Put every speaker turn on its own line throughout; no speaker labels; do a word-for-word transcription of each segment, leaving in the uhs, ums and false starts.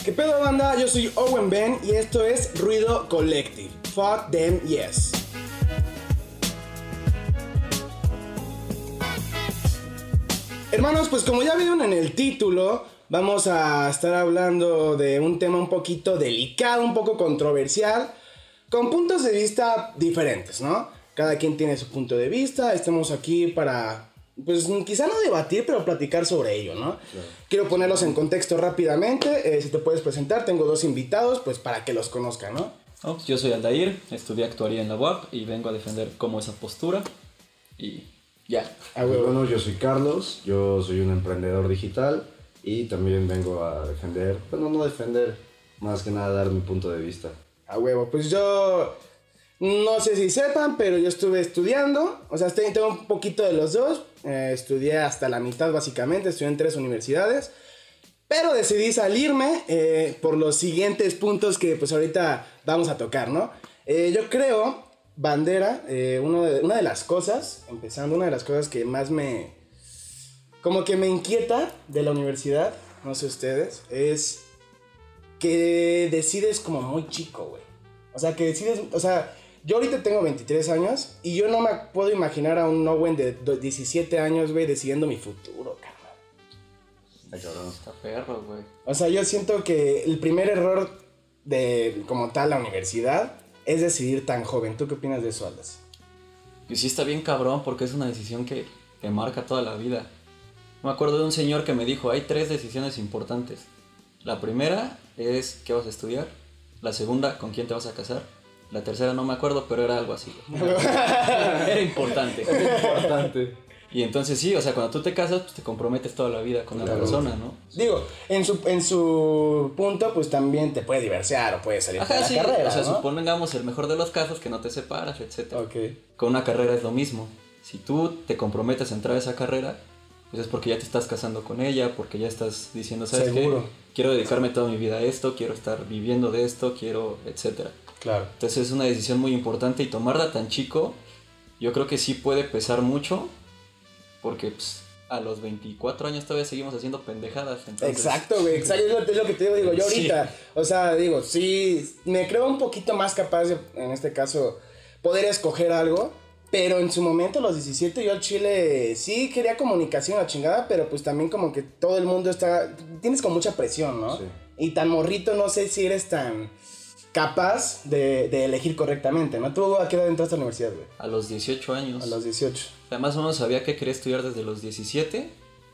¿Qué pedo, banda? Yo soy Owen Ben y esto es Ruido Collective. Fuck them, yes. Hermanos, pues como ya vieron en el título, vamos a estar hablando de un tema un poquito delicado, un poco controversial, con puntos de vista diferentes, ¿no? Cada quien tiene su punto de vista, estamos aquí para, pues quizá no debatir, pero platicar sobre ello, ¿no? Claro. Quiero ponerlos en contexto rápidamente, eh, si te puedes presentar, tengo dos invitados, pues para que los conozcan, ¿no?
Oh, pues yo soy Aldair, estudié actuaría en la U A P y vengo a defender como esa postura y ya.
Ah, bueno, yo soy Carlos, yo soy un emprendedor digital y también vengo a defender, bueno, no defender, más que nada dar mi punto de vista.
A huevo, pues yo no sé si sepan, pero yo estuve estudiando, o sea, tengo un poquito de los dos, eh, estudié hasta la mitad básicamente, estudié en tres universidades, pero decidí salirme eh, por los siguientes puntos que pues ahorita vamos a tocar, ¿no? Eh, yo creo, bandera, eh, uno de, una de las cosas, empezando, una de las cosas que más me, como que me inquieta de la universidad, no sé ustedes, es que decides como muy chico, güey. O sea, que decides, o sea, yo ahorita tengo veintitrés años y yo no me puedo imaginar a un Owen de diecisiete años, güey, decidiendo mi futuro, carnal.
Está cabrón, está perro, güey.
O sea, yo siento que el primer error de, como tal, la universidad es decidir tan joven. ¿Tú qué opinas de eso, Aldas?
Y sí está bien cabrón porque es una decisión que te marca toda la vida. Me acuerdo de un señor que me dijo, hay tres decisiones importantes. La primera es qué vas a estudiar. La segunda, con quién te vas a casar. La tercera no me acuerdo, pero era algo así. Era importante.
Importante.
Y entonces sí, o sea, cuando tú te casas, pues te comprometes toda la vida con la
Claro.
persona, ¿no?
Digo, en su, en su punto, pues también te puede divorciar o puede salir
Ajá,
de la
sí,
carrera,
o sea,
¿no?
supongamos el mejor de los casos que no te separas, etcétera.
Ok.
Con una carrera es lo mismo. Si tú te comprometes a entrar a esa carrera, pues es porque ya te estás casando con ella, porque ya estás diciendo, ¿sabes
Seguro.
qué? Quiero dedicarme toda mi vida a esto, quiero estar viviendo de esto, quiero, etcétera.
Claro.
Entonces es una decisión muy importante y tomarla tan chico, yo creo que sí puede pesar mucho, porque pues, a los veinticuatro años todavía seguimos haciendo pendejadas. Entonces...
Exacto, güey, exacto, es lo, es lo que te digo, digo yo ahorita, sí. O sea, digo, sí, me creo un poquito más capaz de, en este caso, poder escoger algo, pero en su momento, a los diecisiete, yo al chile sí quería comunicación, la chingada, pero pues también como que todo el mundo está, tienes como mucha presión, ¿no? Sí. Y tan morrito, no sé si eres tan capaz de, de elegir correctamente, ¿no? ¿Tú a qué edad entraste a la universidad, güey?
A los dieciocho años.
A los dieciocho.
O sea, más o menos sabía que quería estudiar desde los diecisiete,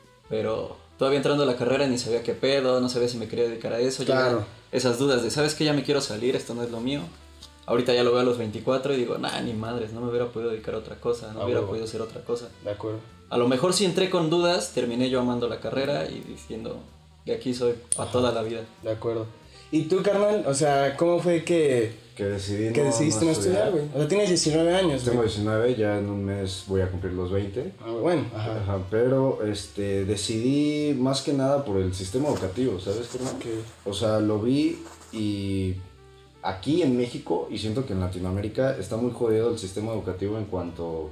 pero todavía entrando a la carrera ni sabía qué pedo, no sabía si me quería dedicar a eso.
Claro.
Ya esas dudas de, ¿sabes qué? Ya me quiero salir, esto no es lo mío. Ahorita ya lo veo a los veinticuatro y digo, nah, ni madres, no me hubiera podido dedicar a otra cosa, no ah, hubiera huevo. podido hacer otra cosa.
De acuerdo.
A lo mejor si entré con dudas, terminé yo amando la carrera y diciendo que aquí soy para toda la vida.
De acuerdo. ¿Y tú, carnal? O sea, ¿cómo fue que,
que, decidí
que
no,
decidiste no estudiar, güey? O sea, tienes diecinueve años,
Tengo
güey.
diecinueve, ya en un mes voy a cumplir los veinte.
Ah, bueno, ajá.
Ajá, pero este, decidí más que nada por el sistema educativo, ¿sabes, carnal?
Okay.
O sea, lo vi y aquí en México, y siento que en Latinoamérica, está muy jodido el sistema educativo en cuanto,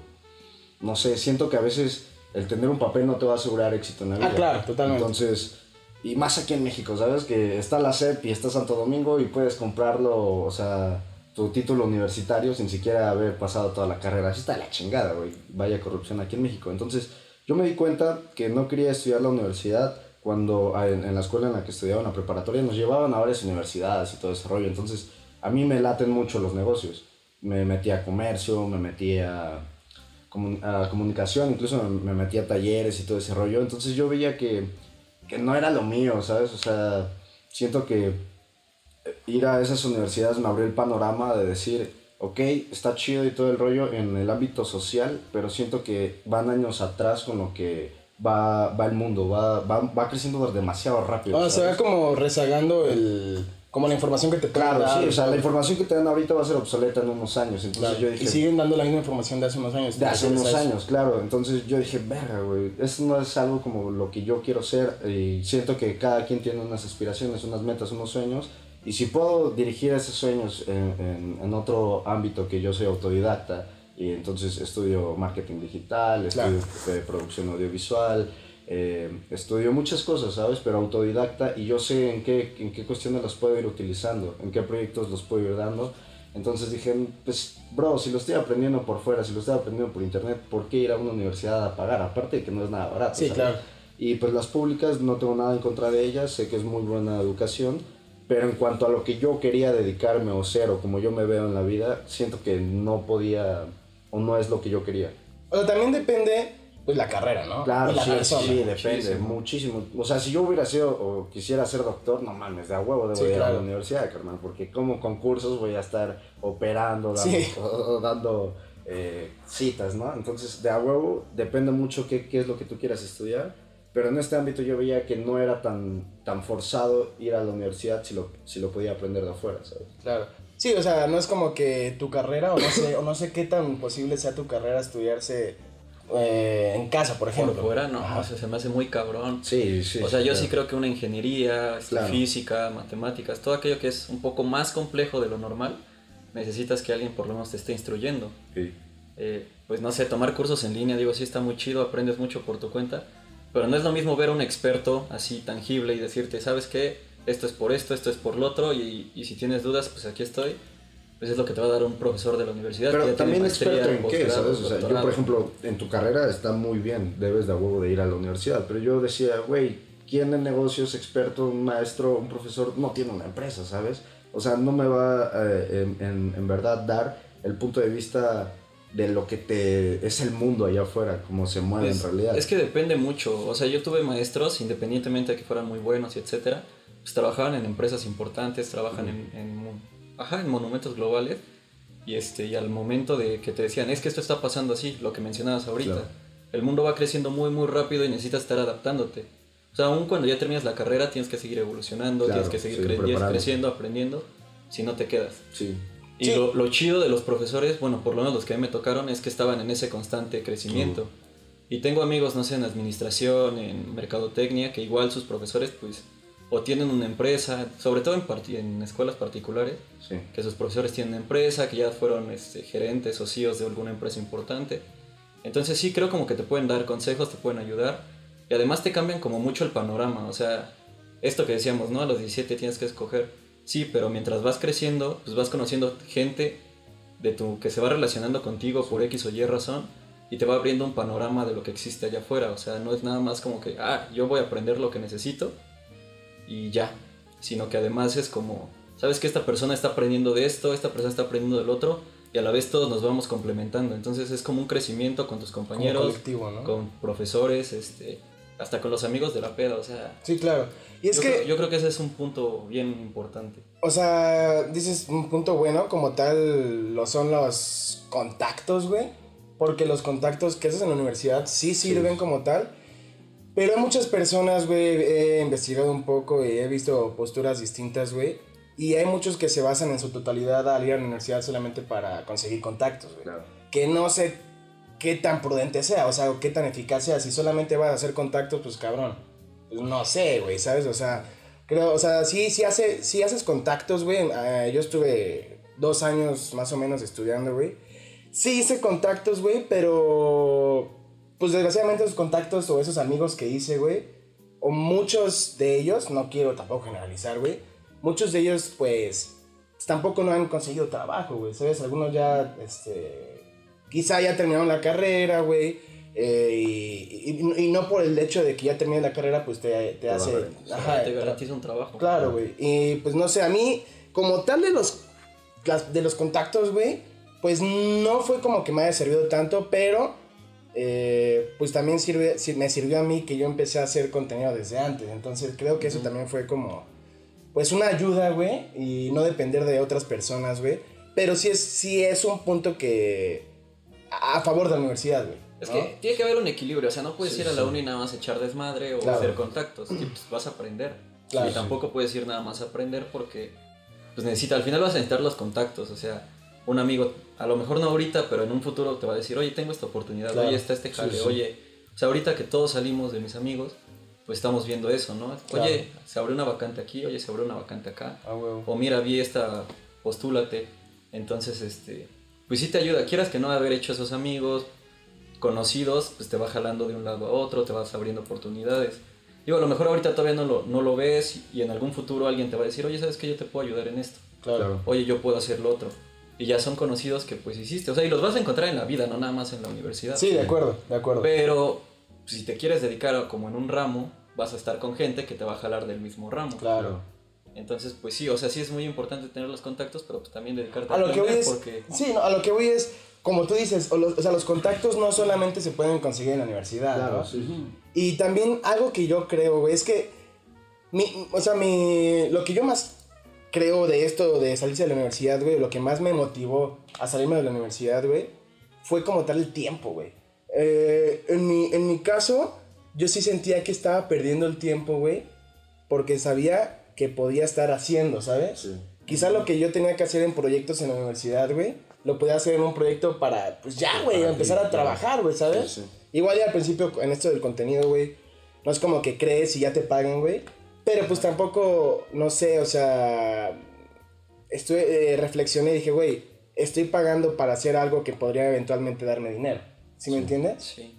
no sé, siento que a veces el tener un papel no te va a asegurar éxito en la vida.
Ah, claro, totalmente.
Entonces, y más aquí en México, ¿sabes? Que está la S E P y está Santo Domingo y puedes comprarlo, o sea, tu título universitario sin siquiera haber pasado toda la carrera. Así está la chingada, güey. Vaya corrupción aquí en México. Entonces, yo me di cuenta que no quería estudiar la universidad cuando en, en la escuela en la que estudiaba, en la preparatoria, nos llevaban a varias universidades y todo ese rollo. Entonces, a mí me laten mucho los negocios. Me metí a comercio, me metí a, a comunicación, incluso me, me metí a talleres y todo ese rollo. Entonces, yo veía que... que no era lo mío, ¿sabes? O sea, siento que ir a esas universidades me abrió el panorama de decir, ok, está chido y todo el rollo en el ámbito social, pero siento que van años atrás con lo que va, va el mundo, va, va, va creciendo demasiado rápido.
O sea, se va como rezagando el... como la información que te pueden
Claro,
dar,
sí, o sea, la información que te dan ahorita va a ser obsoleta en unos años, entonces
claro.
yo dije...
Y siguen dando la misma información de hace unos años.
De hace unos años, claro, entonces yo dije, verga, güey, eso no es algo como lo que yo quiero ser, y siento que cada quien tiene unas aspiraciones, unas metas, unos sueños, y si puedo dirigir esos sueños en, en, en otro ámbito que yo soy autodidacta, y entonces estudio marketing digital, estudio claro. de producción audiovisual, eh, estudio muchas cosas, ¿sabes? Pero autodidacta, y yo sé en qué, en qué cuestiones las puedo ir utilizando, en qué proyectos los puedo ir dando. Entonces dije, pues, bro, si lo estoy aprendiendo por fuera, si lo estoy aprendiendo por internet, ¿por qué ir a una universidad a pagar? Aparte de que no es nada barato.
Sí,
¿sabes?
claro.
Y pues las públicas no tengo nada en contra de ellas, sé que es muy buena educación, pero en cuanto a lo que yo quería dedicarme o ser o como yo me veo en la vida, siento que no podía o no es lo que yo quería.
O sea, también depende, pues, la carrera, ¿no?
Claro,
Y la
sí,
persona.
sí, depende,
muchísimo.
muchísimo. O sea, si yo hubiera sido o quisiera ser doctor, no mames, de a huevo debo
Sí,
ir a
claro.
la universidad, carnal, porque como concursos voy a estar operando, dando,
Sí.
o, o dando eh, citas, ¿no? Entonces, de a huevo depende mucho qué, qué es lo que tú quieras estudiar, pero en este ámbito yo veía que no era tan, tan forzado ir a la universidad si lo, si lo podía aprender de afuera, ¿sabes?
Claro. Sí, o sea, no es como que tu carrera, o no sé, o no sé qué tan posible sea tu carrera estudiarse eh, en casa, por ejemplo.
Por fuera, no,
Ajá.
o sea, se me hace muy cabrón.
Sí, sí.
O sea,
sí,
yo
claro.
sí creo que una ingeniería, este,
Claro.
física, matemáticas, todo aquello que es un poco más complejo de lo normal, necesitas que alguien por lo menos te esté instruyendo.
Sí.
Eh, pues no sé, tomar cursos en línea, digo, sí está muy chido, aprendes mucho por tu cuenta, pero no es lo mismo ver a un experto así tangible y decirte, ¿sabes qué? Esto es por esto, esto es por lo otro, y, y si tienes dudas, pues aquí estoy. Pues es lo que te va a dar un profesor de la universidad.
Pero
que ya tiene
también
maestría,
experto en qué,
posgrado,
¿sabes? O sea, yo,
doctorado.
por ejemplo, en tu carrera está muy bien, debes de a huevo de ir a la universidad, pero yo decía, güey, ¿quién en negocios, experto, un maestro, un profesor, no tiene una empresa, ¿sabes? O sea, no me va eh, en, en, en verdad dar el punto de vista de lo que te es el mundo allá afuera, cómo se mueve
Es,
en realidad.
es que depende mucho. O sea, yo tuve maestros, independientemente de que fueran muy buenos y etcétera, pues trabajaban en empresas importantes, trabajan en, en, mo- ajá, en monumentos globales. Y, este, y al momento de que te decían, es que esto está pasando así, lo que mencionabas ahorita,
Claro.
el mundo va creciendo muy, muy rápido y necesitas estar adaptándote. O sea, aún cuando ya terminas la carrera, tienes que seguir evolucionando,
Claro,
tienes que seguir
seguir
cre-
preparándote.
creciendo, aprendiendo, si no te quedas.
Sí.
Y
Sí.
lo, lo chido de los profesores, bueno, por lo menos los que a mí me tocaron, es que estaban en ese constante crecimiento. Y tengo amigos, no sé, en administración, en mercadotecnia, que igual sus profesores, pues, o tienen una empresa, sobre todo en, parti- en escuelas particulares,
Sí.
que sus profesores tienen una empresa, que ya fueron este, gerentes o C E Os de alguna empresa importante. Entonces sí, creo como que te pueden dar consejos, te pueden ayudar. Y además te cambian como mucho el panorama. O sea, esto que decíamos, ¿no? A los diecisiete tienes que escoger. Sí, pero mientras vas creciendo, pues vas conociendo gente de tu, que se va relacionando contigo por X o Y razón y te va abriendo un panorama de lo que existe allá afuera. O sea, no es nada más como que, ah, yo voy a aprender lo que necesito y ya. Sino que además es como, sabes que esta persona está aprendiendo de esto, esta persona está aprendiendo del otro y a la vez todos nos vamos complementando. Entonces es como un crecimiento con tus
Como
compañeros,
colectivo, ¿no?
con profesores, este, hasta con los amigos de la peda. O sea,
Sí, claro. Y es
yo,
que,
creo, yo creo que ese es un punto bien importante.
o sea, dices un punto bueno, como tal, lo son los contactos, güey. Porque los contactos que haces en la universidad sí sirven como tal. Pero hay muchas personas, güey, he investigado un poco y he visto posturas distintas, güey. Y hay muchos que se basan en su totalidad al ir a la universidad solamente para conseguir contactos, güey.
Claro.
Que no sé qué tan prudente sea, o sea, o qué tan eficaz sea. Si solamente vas a hacer contactos, pues cabrón. Pues no sé, güey, ¿sabes? O sea, creo, o sea, sí, sí, hace, sí haces contactos, güey. Eh, yo estuve dos años más o menos estudiando, güey. Sí hice contactos, güey, pero pues desgraciadamente esos contactos o esos amigos que hice, güey, o muchos de ellos, no quiero tampoco generalizar, güey, muchos de ellos, pues, tampoco no han conseguido trabajo, güey, ¿sabes? Algunos ya, este, quizá ya terminaron la carrera, güey, eh, y, y, y no por el hecho de que ya termine la carrera, pues te, te hace...
Trabajar.
Ajá,
Te garantiza un trabajo.
claro, güey, y pues no sé, a mí, como tal de los, las- de los contactos, güey, pues no fue como que me haya servido tanto, pero... Eh, pues también sirve, si- me sirvió a mí que yo empecé a hacer contenido desde antes. Entonces creo que eso
Ujú.
también fue como, pues una ayuda, güey. Y no depender de otras personas, güey. Pero sí es, sí es un punto que, a, a favor de la universidad, güey.
Es
¿no?
que tiene que haber un equilibrio, o sea, no puedes
Sí,
ir a la
sí.
uni y nada más echar desmadre o
Claro.
hacer contactos, que, pues, vas a aprender.
Claro,
y tampoco puedes ir nada más a aprender porque pues necesita, al final vas a necesitar los contactos, o sea, un amigo, a lo mejor no ahorita, pero en un futuro te va a decir, oye, tengo esta oportunidad,
Claro.
oye, está este jale,
Sí, sí.
oye, o sea, ahorita que todos salimos de mis amigos, pues estamos viendo eso, ¿no?
Claro.
Oye, se abrió una vacante aquí, oye, se abrió una vacante acá,
Ah, huevo.
o mira, vi esta, postúlate, entonces, este, pues sí te ayuda, quieras que no haber hecho esos amigos, conocidos, pues te va jalando de un lado a otro, te vas abriendo oportunidades. Digo, a lo mejor ahorita todavía no lo, no lo ves y en algún futuro alguien te va a decir, oye, ¿sabes qué? Yo te puedo ayudar en esto.
Claro.
Oye, yo puedo hacer lo otro. Y ya son conocidos que pues hiciste. O sea, y los vas a encontrar en la vida, no nada más en la universidad.
Sí, de acuerdo, de acuerdo.
Pero si te quieres dedicar a, como en un ramo, vas a estar con gente que te va a jalar del mismo ramo.
Claro.
Entonces, pues sí, o sea, sí es muy importante tener los contactos, pero pues también dedicarte a,
A lo que voy es,
porque...
sí, no, a lo que voy es, como tú dices, o, los, o sea, los contactos no solamente se pueden conseguir en la universidad,
Claro,
¿no?
sí.
Y también algo que yo creo, güey, es que, mi, o sea, mi, lo que yo más creo de esto de salirse de la universidad, güey, lo que más me motivó a salirme de la universidad, güey, fue como tal el tiempo, güey. Eh, en, mi, en mi caso, yo sí sentía que estaba perdiendo el tiempo, güey, porque sabía que podía estar haciendo, ¿sabes?
Sí.
Quizá lo que yo tenía que hacer en proyectos en la universidad, güey, lo podía hacer en un proyecto para, pues ya, güey,
Para
empezar
ti,
a trabajar, güey, ¿sabes?
Sí, sí.
Igual ya al principio en esto del contenido, güey, no es como que crees y ya te paguen, güey, pero pues tampoco, no sé, o sea, estuve, eh, reflexioné y dije, güey, estoy pagando para hacer algo que podría eventualmente darme dinero, ¿sí me entiendes?
Sí.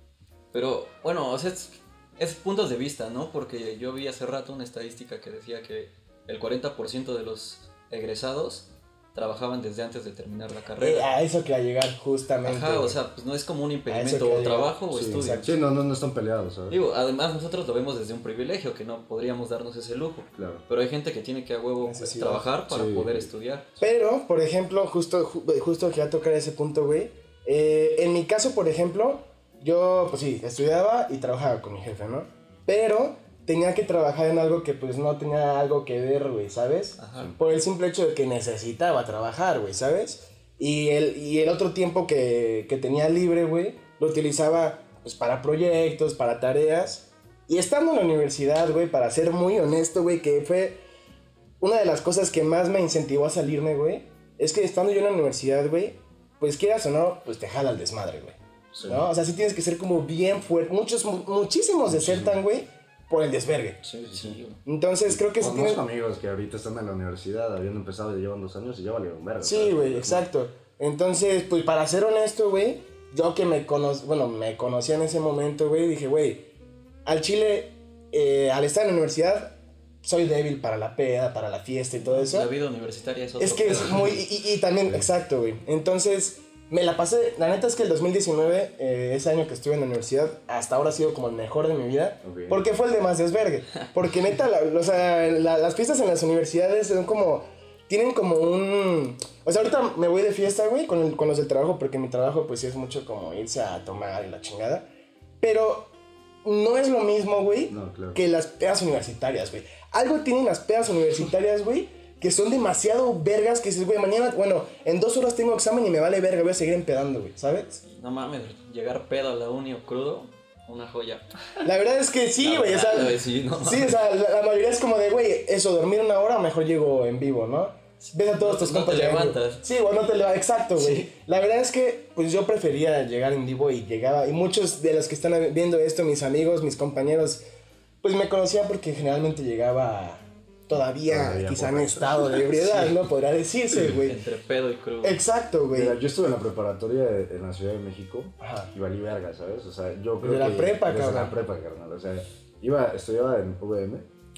Pero, bueno, o sea, es, es puntos de vista, ¿no? Porque yo vi hace rato una estadística que decía que el cuarenta por ciento de los egresados trabajaban desde antes de terminar la
Eh,
carrera.
a eso quería llegar justamente.
Ajá, o
güey.
sea, pues no es como un
A
impedimento
eso
o
quería
trabajo
llegar.
o
Sí,
estudio.
exacto.
Sí, no, no, no están peleados, ¿sabes?
Digo, además nosotros lo vemos desde un privilegio, que no podríamos darnos ese lujo.
Claro.
Pero hay gente que tiene que a huevo pues,
Necesidad.
trabajar para
Sí.
poder estudiar.
Pero, por ejemplo, justo, ju- justo quería tocar ese punto, güey. Eh, en mi caso, por ejemplo, yo, pues sí, estudiaba y trabajaba con mi jefe, ¿no? Pero tenía que trabajar en algo que, pues, no tenía algo que ver, güey, ¿sabes?
Ajá.
Por el simple hecho de que necesitaba trabajar, güey, ¿sabes? Y el, y el otro tiempo que, que tenía libre, güey, lo utilizaba, pues, para proyectos, para tareas. Y estando en la universidad, güey, para ser muy honesto, güey, que fue una de las cosas que más me incentivó a salirme, güey, es que estando yo en la universidad, güey, pues quieras o no, pues te jala el desmadre, güey.
Sí.
¿No? O sea, sí tienes que ser como bien fuerte. Muchos, mu- muchísimos desertan, güey, por el desvergue.
Sí, sí,
Sí,
sí.
güey.
Entonces creo que sí
Conozco
tiene...
amigos que ahorita están en la universidad, habían empezado y llevan dos años y ya valieron verga.
Sí,
¿sabes?
güey, exacto. Entonces, pues para ser honesto, güey, yo que me cono... bueno, me conocía en ese momento, güey, dije, güey, al chile, eh, al estar en la universidad, soy débil para la peda, para la fiesta y todo eso.
La vida universitaria es otro
Es que es
pedo.
muy... Y, y- y también, exacto, güey. Entonces, me la pasé... La neta es que el dos mil diecinueve, eh, ese año que estuve en la universidad, hasta ahora ha sido como el mejor de mi vida.
Ok.
Porque fue el de más desvergue. Porque neta, la- o sea, la- las fiestas en las universidades son como... Tienen como un... O sea, ahorita me voy de fiesta, güey, con, el- con los del trabajo, porque mi trabajo, pues sí es mucho como irse a tomar y la chingada. Pero no es lo mismo, güey,
No, claro.
que las pedas universitarias, güey. Algo tienen las pedas universitarias, güey, que son demasiado vergas que dices, güey, mañana, bueno, en dos horas tengo examen y me vale verga, voy a seguir empedando, güey, ¿sabes?
No mames, llegar pedo a la uni o crudo, una joya.
La verdad es que sí,
La
güey, o sea,
verdad, güey, sí, no
sí, o sea, la, la mayoría es como de, güey, eso, dormir una hora, mejor llego en vivo, ¿no? Ves a todos
No-
tus
no
compas
te
llegando.
levantas.
Sí, güey, no te levantas, exacto, güey.
Sí.
La verdad es que, pues yo prefería llegar en vivo y llegaba, y muchos de los que están viendo esto, mis amigos, mis compañeros, pues me conocían porque generalmente llegaba todavía,
Todavía
quizá en
borracho.
estado de ebriedad, ¿no? Podrá decirse, güey.
Entre pedo y crudo.
Exacto, güey.
Mira, yo estuve en la preparatoria de- en la Ciudad de México
Ajá.
y valí verga, ¿sabes? O sea, yo creo
Desde la
que...
prepa,
desde
cabrón.
la prepa, carnal. O sea, iba, estudiaba en U V M,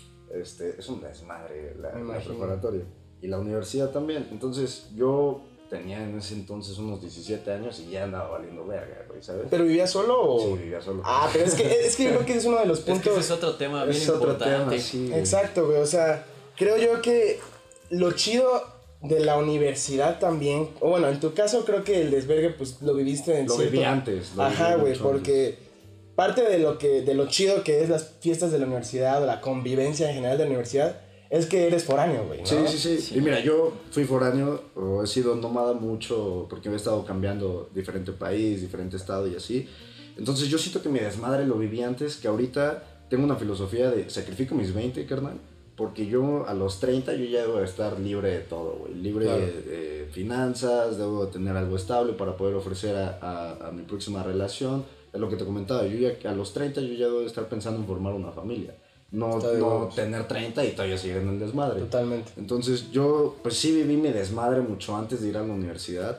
este, es un desmadre la,
Me
la
imagino.
preparatoria. Y la universidad también. Entonces, yo tenía en ese entonces unos diecisiete años y ya andaba valiendo verga, güey, ¿sabes?
¿Pero vivías solo o...?
Sí, vivía solo.
Ah, pero es que, es que yo creo que es uno de los
Es que
puntos...
ese es otro tema bien
es otro
importante.
tema, sí. güey.
Exacto, güey. O sea, creo yo que lo chido de la universidad también, o bueno, en tu caso creo que el desvergue pues lo viviste en
Lo
cierto...
viví antes. lo
Ajá,
viví
güey,
mucho
porque parte de lo que de lo chido que es las fiestas de la universidad o la convivencia en general de la universidad es que eres foráneo, güey, ¿no?
Sí, sí, sí,
Sí.
Y mira, yo fui foráneo, o he sido nómada mucho porque me he estado cambiando diferente país, diferente estado y así. Entonces yo siento que mi desmadre lo viví antes, que ahorita tengo una filosofía de sacrifico mis veinte, carnal, porque yo a los treinta yo ya debo de estar libre de todo, güey. Libre
Claro.
de, de finanzas, debo de tener algo estable para poder ofrecer a, a, a mi próxima relación. Es lo que te comentaba, yo ya a los treinta yo ya debo de estar pensando en formar una familia. No,
Está de
no
huevos.
tener treinta y todavía seguir en el desmadre.
Totalmente.
Entonces yo pues sí viví mi desmadre mucho antes de ir a la universidad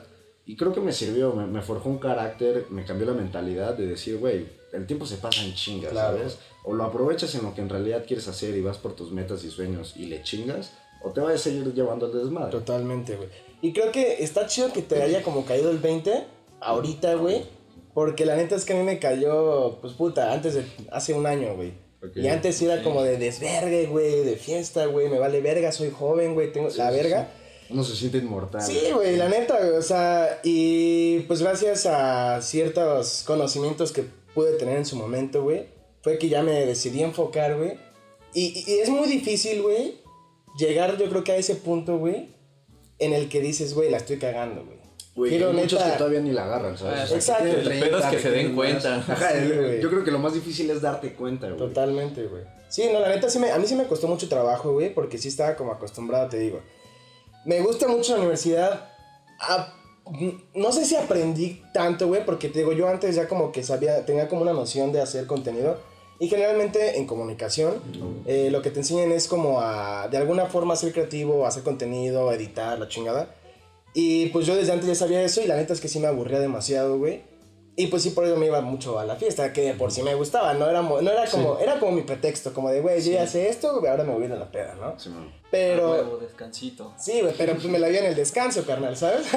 Y creo que me sirvió, me, me forjó un carácter, me cambió la mentalidad de decir, güey, el tiempo se pasa en chingas,
Claro.
¿sabes? O lo aprovechas en lo que en realidad quieres hacer y vas por tus metas y sueños y le chingas, o te vas a seguir llevando el desmadre.
Totalmente, güey. Y creo que está chido que te haya como caído el veinte ahorita, güey. Porque la neta es que a mí me cayó, pues puta, antes de, hace un año, güey.
Ok.
Y antes era como de desvergue, güey, de fiesta, güey, me vale verga, soy joven, güey, tengo
Sí,
la
sí,
verga.
sí. Uno se siente inmortal.
Sí, güey, la neta, güey, o sea, y pues gracias a ciertos conocimientos que pude tener en su momento, güey, fue que ya me decidí enfocar, güey. Y, y es muy difícil, güey, llegar yo creo que a ese punto, güey, en el que dices, güey, la estoy cagando, güey.
Güey,
Quiero,
hay muchos
neta-
que todavía ni la agarran, ¿sabes?
Ah,
O sea,
exacto.
que tienen
El pedo es que
treinta,
se den
tienen
cuenta.
más. Ajá,
Sí,
el-
güey.
yo creo que lo más difícil es darte cuenta, güey.
Totalmente, güey. Sí, no, la neta sí me, a mí sí me costó mucho trabajo, güey, porque sí estaba como acostumbrado, te digo. Me gusta mucho la universidad. A- no sé si aprendí tanto, güey, porque te digo, yo antes ya como que sabía, tenía como una noción de hacer contenido. Y generalmente en comunicación, eh, lo que te enseñan es como a, de alguna forma, ser creativo, hacer contenido, editar, la chingada. Y pues yo desde antes ya sabía eso y la neta es que sí me aburría demasiado, güey. Y pues sí, por eso me iba mucho a la fiesta, que de por sí me gustaba, no era, mo- no era como, era como mi pretexto, como de, güey, yo ya sé esto, güey, ahora me voy a ir a la peda, ¿no?
Sí, man.
Pero...
A huevo, descansito.
Sí, güey, pero pues me la vi en el descanso, carnal, ¿sabes?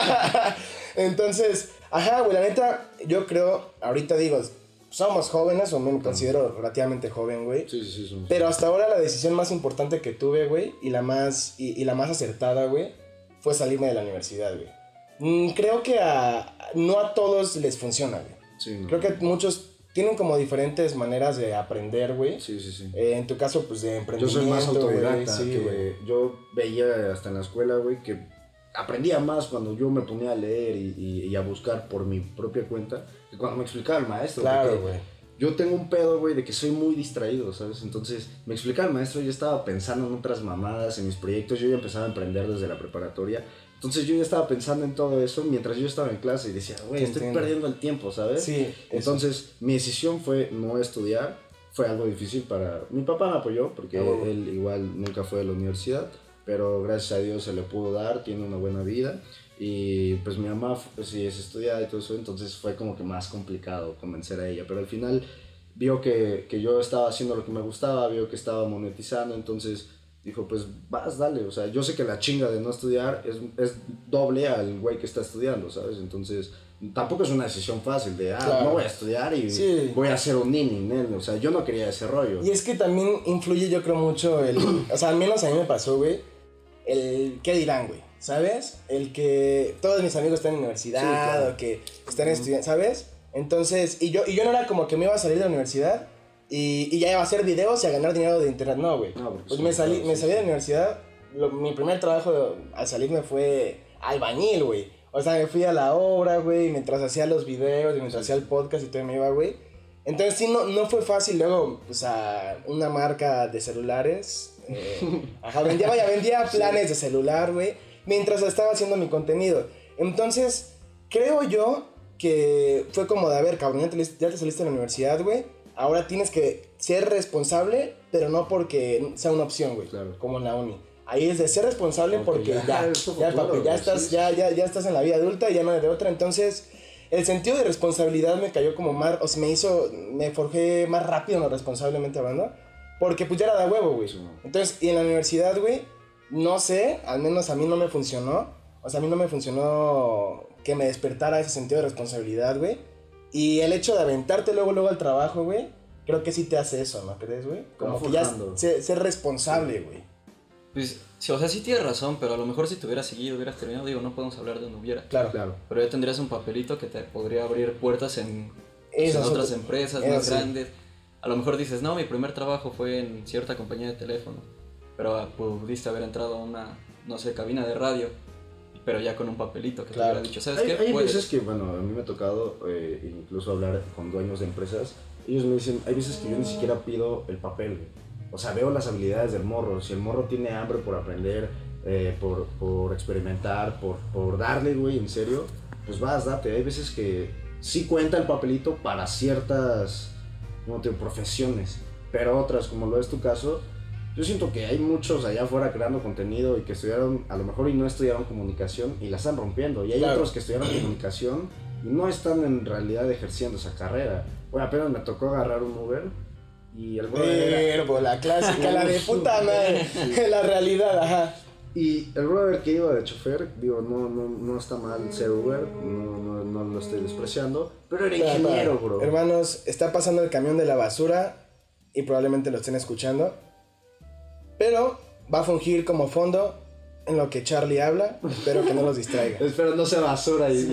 Entonces, ajá, güey, la neta, yo creo, ahorita digo, somos jóvenes, o me considero relativamente joven, güey.
Sí, sí, sí. Somos...
Pero hasta ahora la decisión más importante que tuve, güey, y la más, y, y la más acertada, güey, fue salirme de la universidad, güey. Mm, creo que a, no a todos les funciona, güey.
Sí, no.
Creo que muchos tienen como diferentes maneras de aprender, güey.
Sí, sí, sí.
Eh, en tu caso, pues de
Yo
emprendimiento,
soy más autodidacta,
güey, sí,
que
güey.
yo veía hasta en la escuela, güey, que aprendía más cuando yo me ponía a leer y, y- y a buscar por mi propia cuenta que cuando me explicaba el maestro.
Claro,
porque
güey.
Yo tengo un pedo, güey, de que soy muy distraído, ¿sabes? Entonces, me explicaba el maestro, yo estaba pensando en otras mamadas, en mis proyectos, yo ya empezaba a emprender desde la preparatoria. Entonces, yo ya estaba pensando en todo eso mientras yo estaba en clase y decía, güey,
Te
estoy
entiendo.
perdiendo el tiempo, ¿sabes?
Sí, eso.
Entonces, mi decisión fue no estudiar. Fue algo difícil para... Mi papá me apoyó porque
Ah, bueno.
él igual nunca fue a la universidad, pero gracias a Dios se le pudo dar, tiene una buena vida. Y pues mi mamá pues, sí es estudiada y todo eso, entonces fue como que más complicado convencer a ella. Pero al final vio que, que yo estaba haciendo lo que me gustaba, vio que estaba monetizando, entonces dijo, pues vas, dale. O sea, yo sé que la chinga de no estudiar es, es doble al güey que está estudiando, ¿sabes? Entonces, tampoco es una decisión fácil de, ah,
Claro.
no voy a estudiar y
Sí.
voy a hacer un nini, ¿no? O sea, yo no quería ese rollo.
Y es que también influye, yo creo, mucho el... O sea, al menos a mí me pasó, güey. El qué dirán, güey. ¿Sabes? El que todos mis amigos están en universidad,
Sí, claro.
o que están estudiando, ¿sabes? Entonces, y yo, y yo no era como que me iba a salir de la universidad y, y ya iba a hacer videos y a ganar dinero de internet, no, güey.
No, porque
Pues
son
me salí,
todos,
me
sí,
salí de
sí.
la universidad, lo- mi primer trabajo al salirme fue albañil, güey. O sea, me fui a la obra, güey, mientras hacía los videos y mientras hacía el podcast y todo me iba, güey. Entonces sí, no, no fue fácil. Luego, pues a una marca de celulares, eh, ajá, vendía, vaya, vendía planes de celular, güey, mientras estaba haciendo mi contenido. Entonces, creo yo que fue como de, a ver, cabrón, ya te, ya te saliste de la universidad, güey. Ahora tienes que ser responsable, pero no porque sea una opción, güey.
Claro.
Como en la uni. Ahí es de ser responsable
Ok,
porque
ya,
ya,
es tu
ya,
futuro,
papi, ya
güey,
estás,
sí,
ya, ya, ya estás en la vida adulta y ya no hay de otra. Entonces, el sentido de responsabilidad me cayó como más, o sea, me hizo, me forjé más rápido, no responsablemente hablando, porque pues ya era de huevo, güey.
Sí.
Entonces, y en la universidad, güey, no sé, al menos a mí no me funcionó. O sea, a mí no me funcionó que me despertara ese sentido de responsabilidad, güey. Y el hecho de aventarte luego, luego al trabajo, güey, creo que sí te hace eso, ¿no crees, güey? Como
va
que ya
forjando.
ser, ser responsable, güey.
Pues, sí, o sea, sí tienes razón, pero a lo mejor si te hubieras seguido, hubieras terminado, digo, no podemos hablar de un hubiera.
Claro.
Claro.
Pero ya tendrías un papelito que te podría abrir puertas en, en
Esas
otras
otras-
empresas
eso
más
sí.
grandes. A lo mejor dices, no, mi primer trabajo fue en cierta compañía de teléfono, pero ah, pudiste haber entrado a una, no sé, cabina de radio, pero ya con un papelito que
Claro.
te hubiera dicho, ¿sabes
Hay,
qué?
hay
Puedes.
veces que, bueno, a mí me ha tocado eh, incluso hablar con dueños de empresas. Ellos me dicen, hay veces que yo ni siquiera pido el papel, güey. O sea, veo las habilidades del morro. Si el morro tiene hambre por aprender, eh, por, por experimentar, por, por darle, güey, en serio, pues vas, date. Hay veces que sí cuenta el papelito para ciertas, como te digo, profesiones. Pero otras, como lo es tu caso, yo siento que hay muchos allá afuera creando contenido y que estudiaron, a lo mejor y no estudiaron comunicación y la están rompiendo. Y hay
claro.
otros que estudiaron comunicación y no están en realidad ejerciendo esa carrera. Bueno, apenas me tocó agarrar un Uber y el brother
Pero, era... la clásica, la de puta madre, la realidad, ajá.
Y el brother que iba de chofer, digo, no, no, no está mal ser Uber, no, no, no lo estoy despreciando, pero era ingeniero, bro.
Hermanos, está pasando el camión de la basura y probablemente lo estén escuchando, pero va a fungir como fondo en lo que Charlie habla. Espero que no los distraiga.
Espero no sea basura. Y...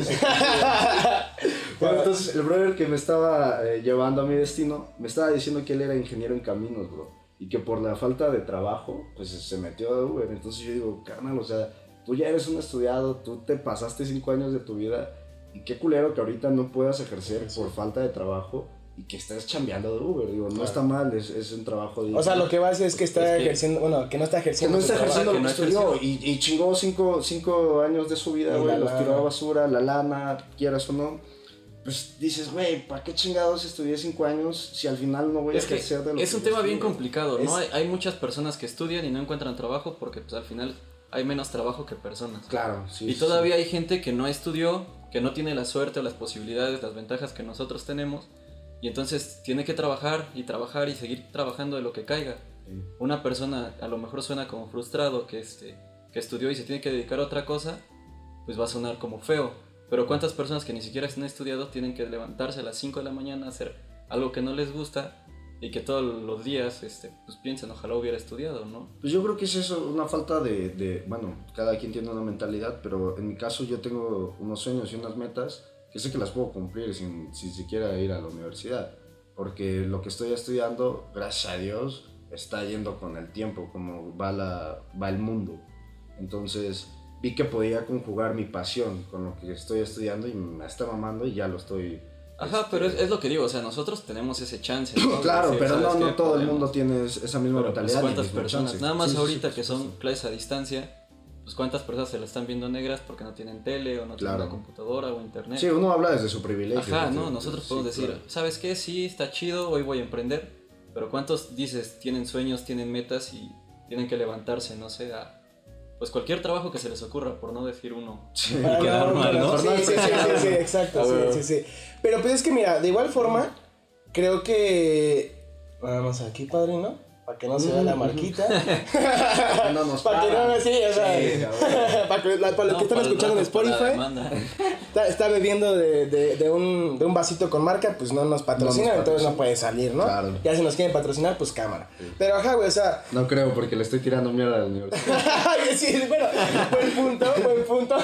bueno, entonces el brother que me estaba eh, llevando a mi destino me estaba diciendo que él era ingeniero en caminos, bro. Y que por la falta de trabajo, pues se metió a Uber. Entonces yo digo, carnal, o sea, tú ya eres un estudiado, tú te pasaste cinco años de tu vida. Y qué culero que ahorita no puedas ejercer sí. por falta de trabajo y que estés chambeando de Uber. Digo, claro. no está mal, es, es un trabajo de...
O sea, lo que va a decir es que está es ejerciendo, que, bueno, que no está ejerciendo.
Que no está ejerciendo lo que, que no estudió. Y, y chingó cinco, cinco años de su vida, güey, los tiró a basura, la lana, quieras o no. Pues dices, güey, ¿para qué chingados estudié cinco años si al final no voy
es
a ejercer de lo
que Es
que
un tema
estudié?
bien complicado, ¿no?
Es...
Hay, hay muchas personas que estudian y no encuentran trabajo porque pues al final hay menos trabajo que personas.
Claro, sí.
Y
sí,
todavía
sí.
hay gente que no estudió, que no tiene la suerte o las posibilidades, las ventajas que nosotros tenemos. Y entonces tiene que trabajar y trabajar y seguir trabajando de lo que caiga. Sí. Una persona a lo mejor suena como frustrado que, este, que estudió y se tiene que dedicar a otra cosa, pues va a sonar como feo. Pero ¿cuántas personas que ni siquiera han estudiado tienen que levantarse a las cinco de la mañana a hacer algo que no les gusta y que todos los días este, pues piensan, ojalá hubiera estudiado, ¿no?
Pues yo creo que es eso, una falta de, de... Bueno, cada quien tiene una mentalidad, pero en mi caso yo tengo unos sueños y unas metas que sé que las puedo cumplir sin, sin siquiera ir a la universidad. Porque lo que estoy estudiando, gracias a Dios, está yendo con el tiempo, como va, la, va el mundo. Entonces... vi que podía conjugar mi pasión con lo que estoy estudiando y me está mamando y ya lo estoy...
Ajá, este... pero es, es lo que digo, o sea, nosotros tenemos ese chance, ¿no?
Claro,
decir,
pero no, no todo
podemos...
el mundo tiene esa misma
pero,
mentalidad.
Pues, ¿cuántas personas?
chance?
Nada más sí, ahorita
sí, sí,
que son
sí.
clases a distancia, pues ¿cuántas personas se la están viendo negras porque no tienen tele o no
claro.
tienen una computadora o internet?
Sí, uno habla desde su privilegio.
Ajá,
desde,
no, nosotros
desde,
podemos
sí,
decir,
claro.
¿sabes qué? Sí, está chido, hoy voy a emprender, pero ¿cuántos dices tienen sueños, tienen metas y tienen que levantarse, no sé, a... pues cualquier trabajo que se les ocurra, por no decir uno.
Sí.
Y quedar
no,
mal,
no,
¿no?
Sí, sí, sí, sí, sí, exacto, sí, sí, sí. Pero pues es que mira, de igual forma, creo que... Vamos aquí, padrino, para que no se vea la marquita.
Para que no nos
Para que no, sí, o sea,
sí,
para, que, para los
No,
que están
para
escuchando en
el rato, para la
Spotify,
demanda.
está, está bebiendo de, de, de, un, de un vasito con marca, pues no nos patrocina,
No nos
entonces
patrocina.
no puede salir, ¿no?
Claro.
Ya si nos quieren patrocinar, pues cámara. Sí. Pero ajá, güey, o sea...
No creo, porque le estoy tirando mierda a la universidad.
Sí, bueno, buen punto, buen punto.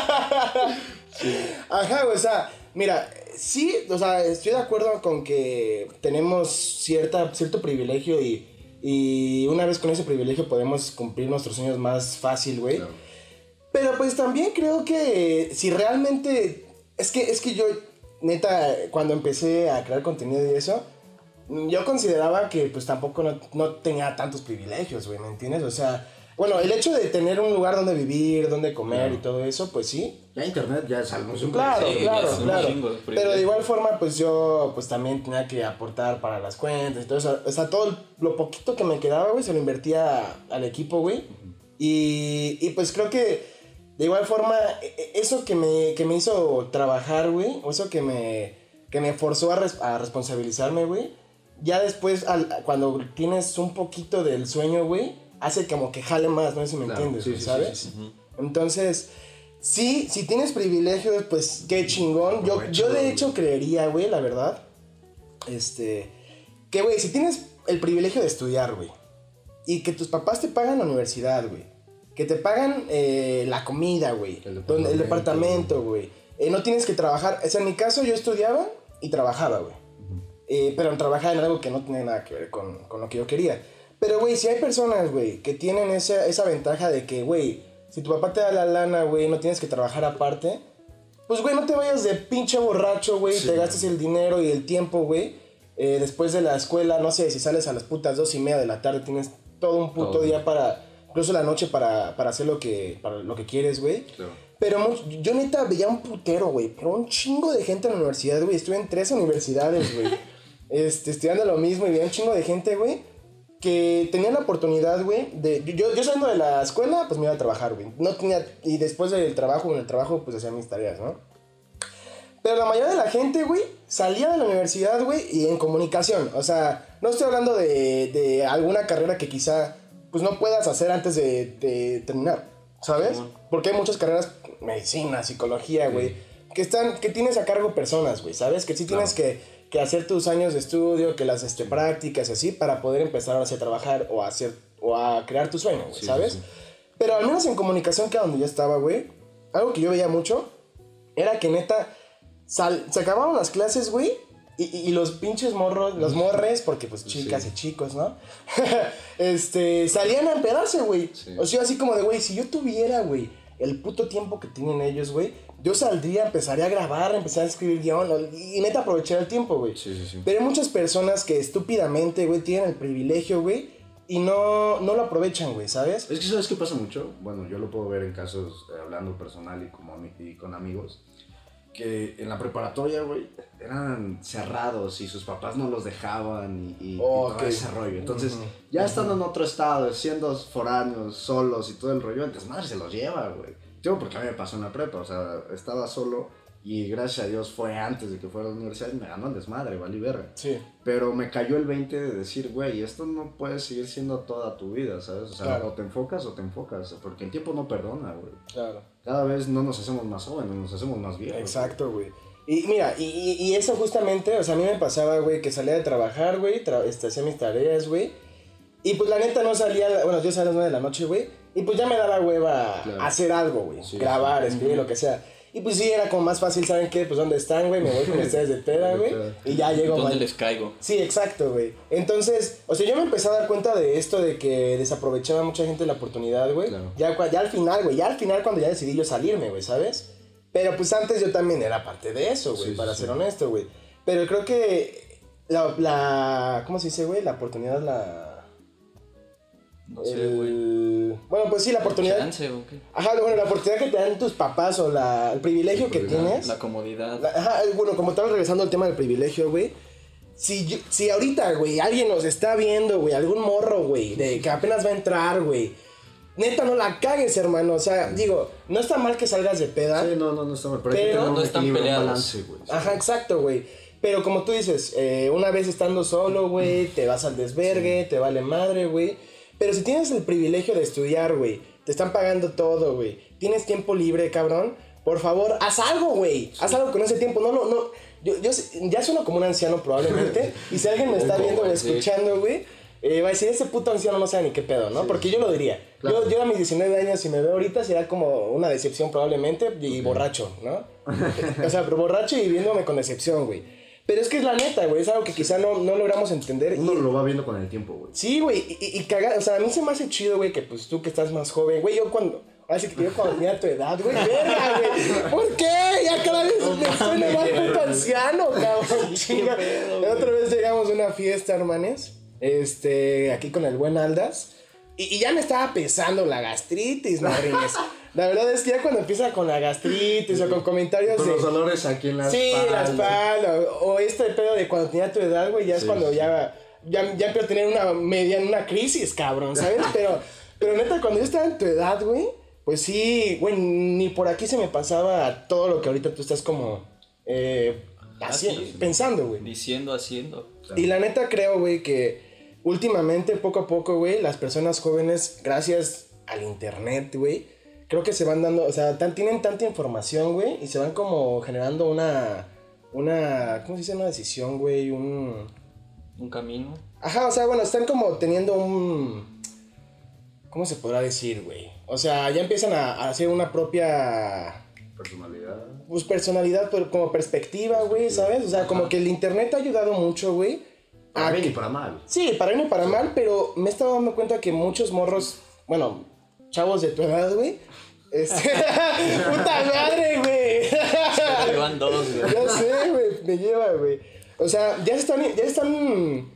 Sí. Ajá, güey, o sea, mira, sí, o sea, estoy de acuerdo con que tenemos cierta, cierto privilegio y... Y una vez con ese privilegio podemos cumplir nuestros sueños más fácil, güey. Claro. Pero pues también creo que si realmente... Es que, es que yo, neta, cuando empecé a crear contenido y eso, yo consideraba que pues tampoco no, no tenía tantos privilegios, güey, ¿me entiendes? O sea, bueno, el hecho de tener un lugar donde vivir, donde comer claro. y todo eso, pues sí.
Ya internet ya es algo
Claro,
sí,
claro,
es
claro.
De
Pero de igual forma, pues yo pues también tenía que aportar para las cuentas y todo eso. O sea, todo lo poquito que me quedaba, güey, se lo invertía al equipo, güey. Uh-huh. Y, y pues creo que de igual forma, eso que me, que me hizo trabajar, güey, o eso que me, que me forzó a, res, a responsabilizarme, güey, ya después, al, cuando tienes un poquito del sueño, güey, hace como que jale más, no sé si me claro, entiendes, sí, sí, ¿sabes? Sí, sí, sí. Entonces, sí, si tienes privilegios, pues qué chingón. Yo, yo de hecho creería, güey, la verdad, este, que, güey, si tienes el privilegio de estudiar, güey, y que tus papás te pagan la universidad, güey, que te pagan eh, la comida, güey, el departamento, el departamento, güey, eh, no tienes que trabajar. O sea, en mi caso yo estudiaba y trabajaba, güey, uh-huh. eh, pero trabajaba en algo que no tenía nada que ver con, con lo que yo quería. Pero, güey, si hay personas, güey, que tienen esa, esa ventaja de que, güey, si tu papá te da la lana, güey, no tienes que trabajar aparte, pues, güey, no te vayas de pinche borracho, güey, sí, te gastes el dinero y el tiempo, güey, eh, después de la escuela, no sé, si sales a las putas dos y media de la tarde, tienes todo un puto todo. día para, incluso la noche para, para hacer lo que, para lo que quieres, güey. Claro. Pero yo neta veía un putero, güey, pero un chingo de gente en la universidad, güey, estuve en tres universidades, güey, este, estudiando lo mismo y veía un chingo de gente, güey, que tenía la oportunidad, güey, de... Yo, yo saliendo de la escuela, pues me iba a trabajar, güey. No tenía... Y después del trabajo, en el trabajo, pues hacía mis tareas, ¿no? Pero la mayoría de la gente, güey, salía de la universidad, güey, y en comunicación. O sea, no estoy hablando de, de alguna carrera que quizá, pues no puedas hacer antes de, de terminar, ¿sabes? Sí, porque hay muchas carreras, medicina, psicología, güey, sí. que están, que tienes a cargo personas, güey, ¿sabes? Que sí tienes claro. que... que hacer tus años de estudio, que las este, prácticas y así, para poder empezar a trabajar o a hacer, o a crear tu sueño, güey, sí, ¿sabes? Sí, sí. Pero al menos en comunicación, que era donde yo estaba, güey, algo que yo veía mucho, era que neta, sal, se acababan las clases, güey, y, y, y los pinches morros, los morres, porque pues chicas sí. y chicos, ¿no? este, salían a empedarse, güey. Sí. O sea, así como de, güey, si yo tuviera, güey, el puto tiempo que tienen ellos, güey, yo saldría, empezaría a grabar, empezaría a escribir guión y neta aprovechar el tiempo, güey. Sí, sí, sí. Pero hay muchas personas que estúpidamente, güey, tienen el privilegio, güey, y no, no lo aprovechan, güey, ¿sabes?
Es que ¿sabes qué pasa mucho? Bueno, yo lo puedo ver en casos, eh, hablando personal y, como, y con amigos, que en la preparatoria, güey, eran cerrados y sus papás no los dejaban y, y, oh, y todo okay. ese rollo. Entonces, uh-huh. ya uh-huh. estando en otro estado, siendo foráneos, solos y todo el rollo, antes madre se los lleva, güey. Yo, porque a mí me pasó en la prepa, o sea, estaba solo y gracias a Dios fue antes de que fuera a la universidad y me ganó el desmadre, valí verga. Sí. Pero me cayó el veinte de decir, güey, esto no puede seguir siendo toda tu vida, ¿sabes? O sea, claro. o te enfocas o te enfocas, porque el tiempo no perdona, güey. Claro. Cada vez no nos hacemos más jóvenes, nos hacemos más viejos.
Exacto, güey. Y mira, y, y, y eso justamente, o sea, a mí me pasaba, güey, que salía de trabajar, güey, tra- este, hacía mis tareas, güey. Y pues la neta no salía, bueno, yo salía a las nueve de la noche, güey. Y pues ya me daba hueva claro. hacer algo, güey. Sí, grabar, sí. escribir, uh-huh. lo que sea. Y pues sí, era como más fácil, ¿saben qué? Pues ¿dónde están, güey? Me voy con ustedes de peda, güey. Y ya llego.
¿Dónde les caigo?
Sí, exacto, güey. Entonces, o sea, yo me empecé a dar cuenta de esto, de que desaprovechaba mucha gente la oportunidad, güey. Claro. Ya, ya al final, güey. Ya al final cuando ya decidí yo salirme, güey, ¿sabes? Pero pues antes yo también era parte de eso, güey, sí, para sí, ser sí. honesto, güey. Pero creo que la, la... ¿Cómo se dice, güey? La oportunidad, la...
No sé, güey. El...
Bueno, pues sí, la oportunidad.
Chance, ¿o qué?
Ajá, bueno, la oportunidad que te dan tus papás o la, el privilegio que tienes.
La comodidad.
La, ajá, bueno, como estamos regresando al tema del privilegio, güey. Si, yo, si ahorita, güey, alguien nos está viendo, güey, algún morro, güey, de que apenas va a entrar, güey. Neta, no la cagues, hermano. O sea, digo, no está mal que salgas de peda.
Sí, no, no, no está mal.
Pero,
pero
no están peleados. Balance,
güey. Ajá, exacto, güey. Pero como tú dices, eh, una vez estando solo, güey, te vas al desvergue, sí. te vale madre, güey. Pero si tienes el privilegio de estudiar, güey, te están pagando todo, güey, tienes tiempo libre, cabrón, por favor, haz algo, güey. Sí. Haz algo con ese tiempo. No, no, no. Yo, yo ya sueno como un anciano probablemente. Y si alguien me está viendo o escuchando, güey, eh, va a decir, ese puto anciano no sabe ni qué pedo, ¿no? Sí, Porque yo lo diría. Claro. Yo, yo a mis diecinueve años, si me veo ahorita, será como una decepción probablemente y okay. borracho, ¿no? O sea, pero borracho y viéndome con decepción, güey. Pero es que es la neta, güey, es algo que quizá no, no logramos entender.
Uno
y,
lo va viendo con el tiempo, güey.
Sí, güey, y, y, y cagar, o sea, a mí se me hace chido, güey, que pues tú que estás más joven, güey, yo cuando, así que yo cuando tenía tu edad, güey, verga, güey, ¿por qué? Ya cada vez me suena más puto anciano, cabrón, chinga. La otra vez llegamos a una fiesta, hermanes, este, aquí con el buen Aldas, y, y ya me estaba pesando la gastritis, madrines. La verdad es que ya cuando empieza con la gastritis o con comentarios
con
de...
los olores aquí en la
sí,
espalda. Sí,
la espalda. O, o este pedo de cuando tenía tu edad, güey, ya sí, es cuando sí. ya, ya, ya empiezo a tener una media, una crisis, cabrón, ¿sabes? Pero, pero neta, cuando yo estaba en tu edad, güey, pues sí, güey, ni por aquí se me pasaba todo lo que ahorita tú estás como... Eh, haciendo, sí, pensando, güey.
Diciendo, haciendo.
Claro. Y la neta creo, güey, que últimamente, poco a poco, güey, las personas jóvenes, gracias al internet, güey, creo que se van dando, o sea, tan, tienen tanta información, güey, y se van como generando una, una, ¿cómo se dice? Una decisión, güey, un...
Un camino.
Ajá, o sea, bueno, están como teniendo un... ¿Cómo se podrá decir, güey? O sea, ya empiezan a, a hacer una propia...
Personalidad.
Pues personalidad, pero como perspectiva, güey, ¿sabes? O sea, como que el internet ha ayudado mucho, güey.
Para bien y para mal.
Sí, para bien y para mal, pero me he estado dando cuenta que muchos morros, bueno, chavos de tu edad, güey, este... ¡puta madre, güey!
Me llevan dos, güey.
Ya sé, güey, me lleva, güey. O sea, ya se están, ya están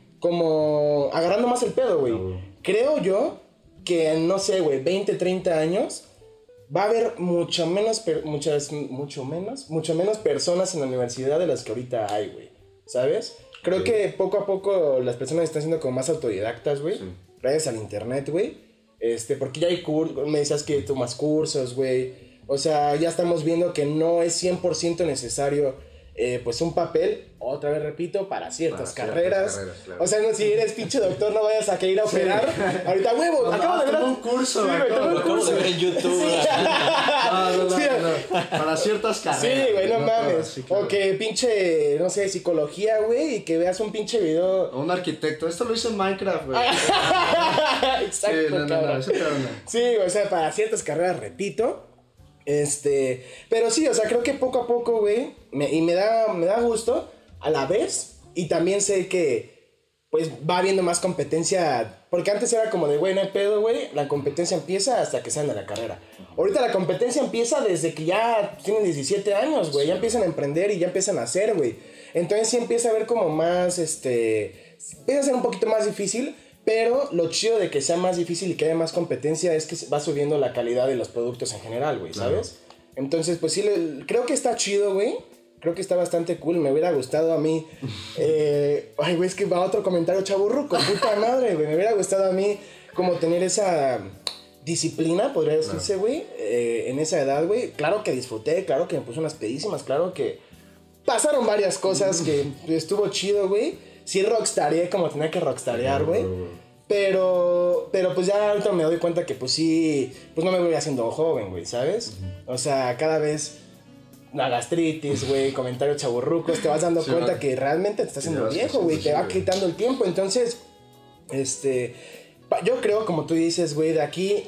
como agarrando más el pedo, güey. No. Creo yo que, no sé, güey, veinte, treinta años... va a haber mucho menos, per, muchas, mucho menos, mucho menos personas en la universidad de las que ahorita hay, güey, ¿sabes? Creo
Sí.
que poco a poco las personas están siendo como más autodidactas, güey.
Sí.
Gracias al internet, güey. Este, porque ya hay cursos, me decías que tomas cursos, güey. O sea, ya estamos viendo que no es cien por ciento necesario, eh, pues, un papel, otra vez repito, para ciertas
Para ciertas
carreras.
carreras, claro.
O sea, no, si eres pinche doctor, no vayas a querer ir a operar. Ahorita, huevo,
No,
acabo
no,
de ver
tomé un curso,
Sí, güey,
acabo-
tomé un
Lo acabo
curso.
de ver en YouTube.
No, no, no,
Sí.
no. Para ciertas carreras.
Sí, güey, no
todas,
mames.
sí, claro.
O que pinche, no sé, psicología, güey, y que veas un pinche video.
O un arquitecto. Esto lo hice en Minecraft, güey.
Exacto,
Sí, no, no,
cabrón.
no, eso claro, no.
Sí, o sea, para ciertas carreras, repito. Este, pero sí, o sea, creo que poco a poco, güey, me- y me da, me da gusto a la vez, y también sé que, pues, va habiendo más competencia, porque antes era como de, güey, no hay pedo, güey, la competencia empieza hasta que salen de la carrera. Ahorita la competencia empieza desde que ya tienen diecisiete años, güey, ya empiezan a emprender y ya empiezan a hacer, güey. Entonces sí empieza a ver como más, este, empieza a ser un poquito más difícil. Pero lo chido de que sea más difícil y que haya más competencia es que va subiendo la calidad de los productos en general, güey, ¿sabes? Entonces, pues sí, le- creo que está chido, güey. Creo que está bastante cool. Me hubiera gustado a mí. eh, ay, güey, es que va otro comentario chaburruco. Puta madre, güey. Me hubiera gustado a mí como tener esa disciplina, podría decirse, güey. eh, en esa edad, güey. Claro que disfruté, claro que me puse unas pedísimas, claro que pasaron varias cosas que estuvo chido, güey. Sí rockstareé como tenía que rockstarear, güey. Pero, pero pues ya ahorita me doy cuenta que pues sí, pues no me voy haciendo joven, güey, ¿sabes? O sea, cada vez la gastritis, güey, comentarios chaburrucos, te vas dando
Sí,
cuenta
va.
que realmente te estás
Sí,
haciendo
vas
viejo, güey,
creciendo,
te
sí,
va
güey.
quitando el tiempo. Entonces, este, pa- yo creo, como tú dices, güey, de aquí,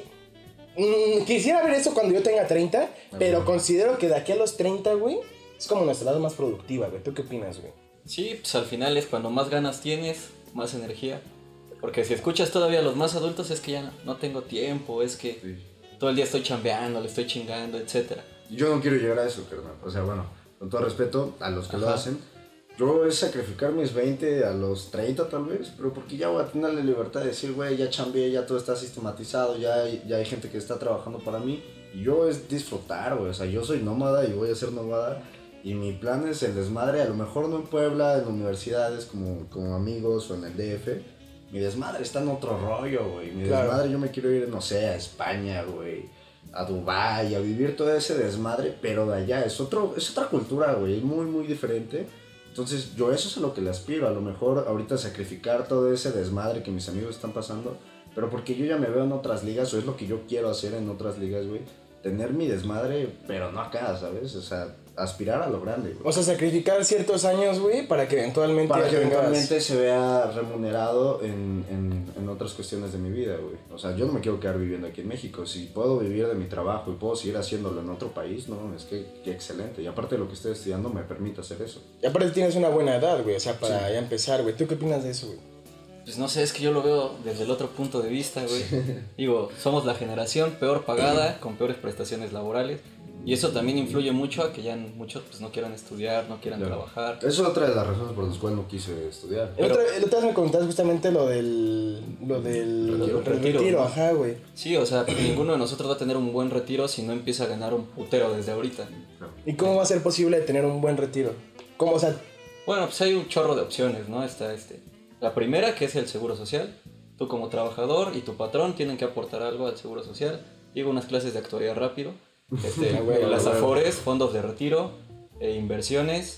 mm, quisiera ver eso cuando yo tenga treinta, pero
Ajá.
considero que de aquí a los treinta, güey, es como nuestra edad más productiva, güey. ¿Tú qué opinas, güey?
Sí, pues al final es cuando más ganas tienes, más energía. Porque si escuchas todavía a los más adultos es que ya no, no tengo tiempo, es que
Sí.
todo el día estoy chambeando, le estoy chingando, etcétera.
Yo no quiero llegar a eso, carnal. O sea, bueno, con todo respeto a los que lo
Ajá.
hacen, yo es sacrificar mis veinte a los treinta tal vez, pero porque ya voy a tener la libertad de decir, güey, ya chambeé, ya todo está sistematizado, ya hay, ya hay gente que está trabajando para mí. Y yo es disfrutar, güey. O sea, yo soy nómada y voy a ser nómada. Y mi plan es el desmadre, a lo mejor no en Puebla, en universidades como, como amigos o en el D F. Mi desmadre está en otro rollo, güey. Mi
Claro.
desmadre yo me quiero ir, no sé, a España, güey. A Dubái, a vivir todo ese desmadre, pero de allá. Es, otro, es otra cultura, güey. Es muy, muy diferente. Entonces yo eso es a lo que le aspiro. A lo mejor ahorita sacrificar todo ese desmadre que mis amigos están pasando. Pero porque yo ya me veo en otras ligas, o es lo que yo quiero hacer en otras ligas, güey. Tener mi desmadre, pero no acá, ¿sabes? O sea, aspirar a lo grande, güey.
O sea, sacrificar ciertos años, güey, para que eventualmente
Para
ya
que
tengas-
eventualmente se vea remunerado en, en, en otras cuestiones de mi vida, güey. O sea, yo no me quiero quedar viviendo aquí en México. Si puedo vivir de mi trabajo y puedo seguir haciéndolo en otro país, no, es que, que excelente. Y aparte de lo que estoy estudiando, me permite hacer eso.
Y aparte tienes una buena edad, güey, o sea, para
Sí.
ya empezar, güey. ¿Tú qué opinas de eso, güey?
Pues no sé, es que yo lo veo desde el otro punto de vista, güey. Digo, somos la generación peor pagada, con peores prestaciones laborales. Y eso también influye mucho a que ya muchos pues, no quieran estudiar, no quieran
Claro.
trabajar.
Eso es otra de las razones por las cuales no quise estudiar.
El
Pero-
otro, el otro día me contabas justamente lo del... Lo del...
Retiro.
el retiro,
Retiro, ¿no?
ajá, güey.
Sí, o sea, ninguno de nosotros va a tener un buen retiro si no empieza a ganar un putero desde ahorita.
¿Y cómo va a ser posible tener un buen retiro? ¿Cómo, o sea...
Bueno, pues hay un chorro de opciones, ¿no? Está este. La primera, que es el seguro social. Tú como trabajador y tu patrón tienen que aportar algo al seguro social. Llevo unas clases de actuaría rápido. Este,
Ah, güey,
las
güey.
afores, fondos de retiro, eh, inversiones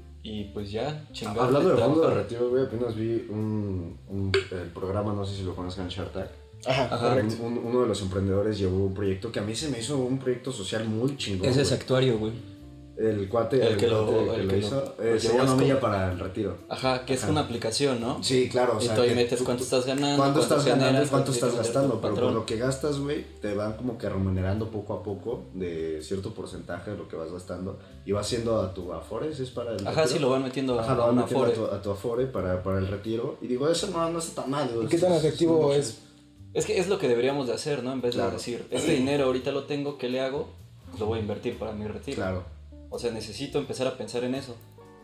y pues ya, chingados.
Hablando de fondo de retiro, güey, apenas vi un, un el programa, no sé si lo conozcan, Shark Tank.
Ajá,
Ajá.
correcto.
Un- un- uno de los emprendedores llevó un proyecto que a mí se me hizo un proyecto social muy chingón. güey.
actuario, güey.
El cuate,
El que lo-
cuate
el
lo
que
hizo,
lo-
eh,
lo
se
llevó a
llama
esco-
Milla para el retiro.
Ajá, que es
Ajá.
una aplicación, ¿no?
Sí, claro. O sea,
y tú ahí
que
metes
tú-
cuánto
tú-
estás ganando,
cuánto estás
generas,
ganando y cuánto
cuánto
estás
tiene que
gastando.
tu
Pero por
patrón.
lo que gastas, güey, te van como que remunerando poco a poco de cierto porcentaje de lo que vas gastando. Y vas haciendo a tu Afores, es para el
Ajá,
retiro.
sí, lo van metiendo
Ajá,
a
lo van
una
metiendo a
afore.
tu, a tu Afore para, para el retiro. Y digo, eso no, no está tan mal. digo,
¿Y qué tan
es-
efectivo
es?
es?
Es que es lo que deberíamos de hacer, ¿no? En vez
Claro.
de decir, este dinero ahorita lo tengo, ¿qué le hago? Lo voy a invertir para mi retiro.
Claro.
O sea, necesito empezar a pensar en eso.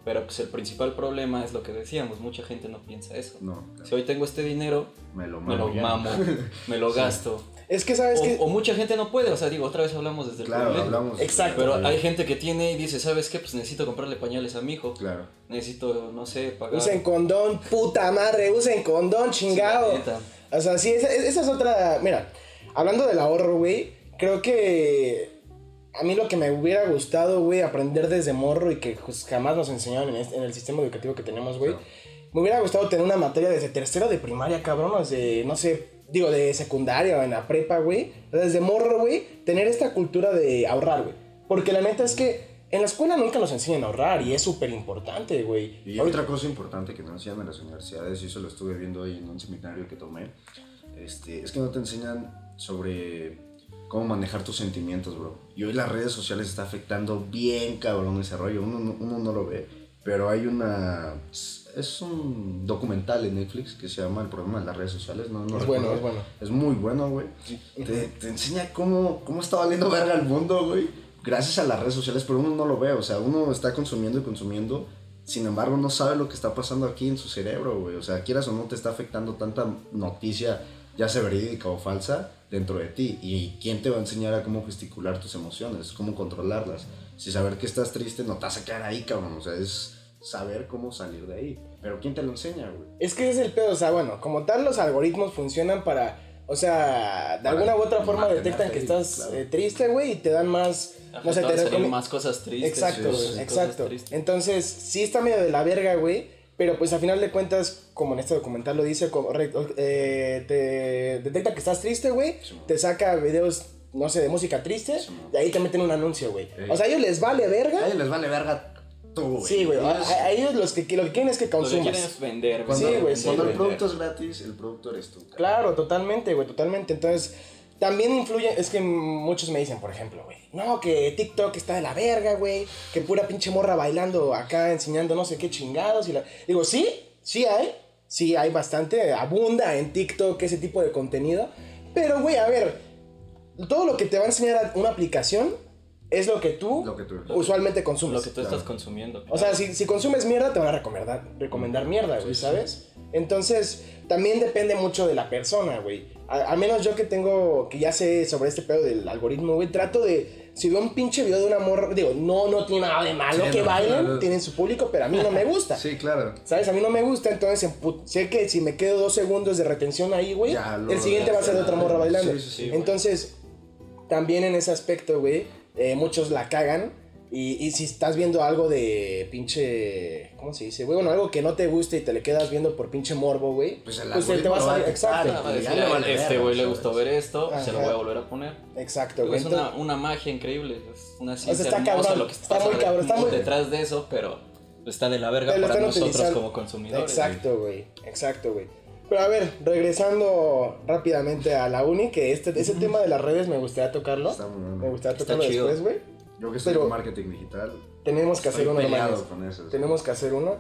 Pero pues el principal problema es lo que decíamos, mucha gente no piensa eso.
No.
Si hoy tengo este dinero,
Me lo
me lo
mamo ya.
mamo, me lo
Sí.
gasto.
Es que, ¿sabes qué?
O, o mucha gente no puede, o sea, digo, otra vez hablamos desde el
Claro,
privilegio.
hablamos.
Exacto.
Pero hay gente que tiene y dice, ¿sabes qué? Pues necesito comprarle pañales a mi hijo.
Claro.
Necesito, no sé, pagar.
Usen condón, puta madre, usen condón, chingado.
Sí, la neta.
O sea, sí, esa, esa es otra. Mira, hablando del ahorro, güey, creo que a mí lo que me hubiera gustado, güey, aprender desde morro y que pues, jamás nos enseñaron en, este- en el sistema educativo que tenemos, güey.
Claro.
Me hubiera gustado tener una materia desde tercero de primaria, cabrón, o desde, no sé, digo, de secundaria o en la prepa, güey. Desde morro, güey, tener esta cultura de ahorrar, güey. Porque la neta es que en la escuela nunca nos enseñan a ahorrar y es súper importante, güey.
Y otra cosa importante que no enseñan en las universidades, y eso lo estuve viendo ahí en un seminario que tomé, este, es que no te enseñan sobre cómo manejar tus sentimientos, bro. Y hoy las redes sociales está afectando bien cabrón ese rollo. Uno, no- uno no lo ve, pero hay una... Es un documental en Netflix que se llama El problema de las redes sociales. No, no
Es
recuerdo.
bueno, es bueno.
Es muy bueno, güey. Te, te enseña cómo, cómo está valiendo verga el mundo, güey. Gracias a las redes sociales, pero uno no lo ve. O sea, uno está consumiendo y consumiendo. Sin embargo, no sabe lo que está pasando aquí en su cerebro, güey. O sea, quieras o no, te está afectando tanta noticia, ya sea verídica o falsa, dentro de ti. ¿Y quién te va a enseñar a cómo gesticular tus emociones? Cómo controlarlas. Si saber que estás triste, no te vas a quedar ahí, cabrón. O sea, es saber cómo salir de ahí. Pero ¿quién te lo enseña, güey?
Es que ese es el pedo, o sea, bueno, como tal los algoritmos funcionan para, o sea, de
Para
alguna u otra forma
mantenerte
detectan que
ahí,
estás
claro.
eh, triste, güey, y te dan más,
Ajá,
no sé,
te van
te
a salir
recom-
más cosas tristes.
Exacto,
sí,
güey,
sí,
exacto.
cosas tristes.
Entonces, sí está medio de la verga, güey, pero pues a final de cuentas, como en este documental lo dice, como, re- eh, te detecta que estás triste, güey,
Sí, man.
te saca videos, no sé, de música triste,
Sí, man.
y ahí te meten un anuncio, güey.
Ey.
O sea, a ellos les vale
A
verga.
ellos les vale verga tú, güey.
Sí, güey, a,
Ellos-
a ellos los que, lo que quieren es que
Lo que
consumas.
quieren es vender.
Cuando,
Sí, güey, sí,
cuando el
vender.
producto es gratis, el producto eres tú. cabrón.
Claro, totalmente, güey, totalmente. Entonces, también influye, es que muchos me dicen, por ejemplo, güey, no, que TikTok está de la verga, güey, que pura pinche morra bailando acá, enseñando no sé qué chingados. Y la... Digo, sí, sí hay, sí hay bastante, abunda en TikTok ese tipo de contenido. Pero, güey, a ver, todo lo que te va a enseñar una aplicación es lo que tú,
Lo que tú-
usualmente consumes.
Lo que tú
Claro.
estás consumiendo.
O sea, si, si consumes mierda, te van a recomendar, recomendar mierda, güey,
Sí, sí.
¿sabes? Entonces, también depende mucho de la persona, güey. A- Al menos yo que tengo, que ya sé sobre este pedo del algoritmo, güey, trato de, si veo un pinche video de una morra, digo, no, no tiene nada de malo
Sí,
que
no,
bailen,
no, no.
tienen su público, pero a mí no me gusta.
Sí, claro.
¿Sabes? A mí no me gusta, entonces empu- sé que si me quedo dos segundos de retención ahí, güey,
Ya lo-
el siguiente va a ser de otra morra bailando.
Sí, sí, sí,
güey.
Entonces, también en ese aspecto, güey, eh, muchos la cagan. Y, y si estás viendo algo de pinche. ¿Cómo se dice, güey? Bueno, algo que no te guste y te le quedas viendo por pinche morbo, güey.
Pues el
te- te
algoritmo
vas
lo va
a.
a detectar.
Exacto,
Ah, va a decir,
Ya le vale
este
verga,
güey le
¿sabes?
gustó ver esto, se lo
Ajá.
voy a volver a poner.
exacto, güey.
Es una,
Entonces-
una magia increíble, es una
sea,
ciencia
está
hermosa
cabrón,
lo que
está
pasa
muy cabrón, está muy-
detrás de eso, pero está de la verga
Pero lo
para
están
nosotros
utilizando.
como consumidores.
Exacto, güey. Exacto, güey. Pero a ver, regresando rápidamente a la uni, que este, ese tema de las redes me gustaría tocarlo.
Está muy bueno.
Me gustaría
Está
tocarlo
chido.
después, güey.
Yo que estoy
Pero-
en marketing digital,
Tenemos que
estoy
hacer uno, no
peleado
mames.
con eso.
Tenemos que hacer uno.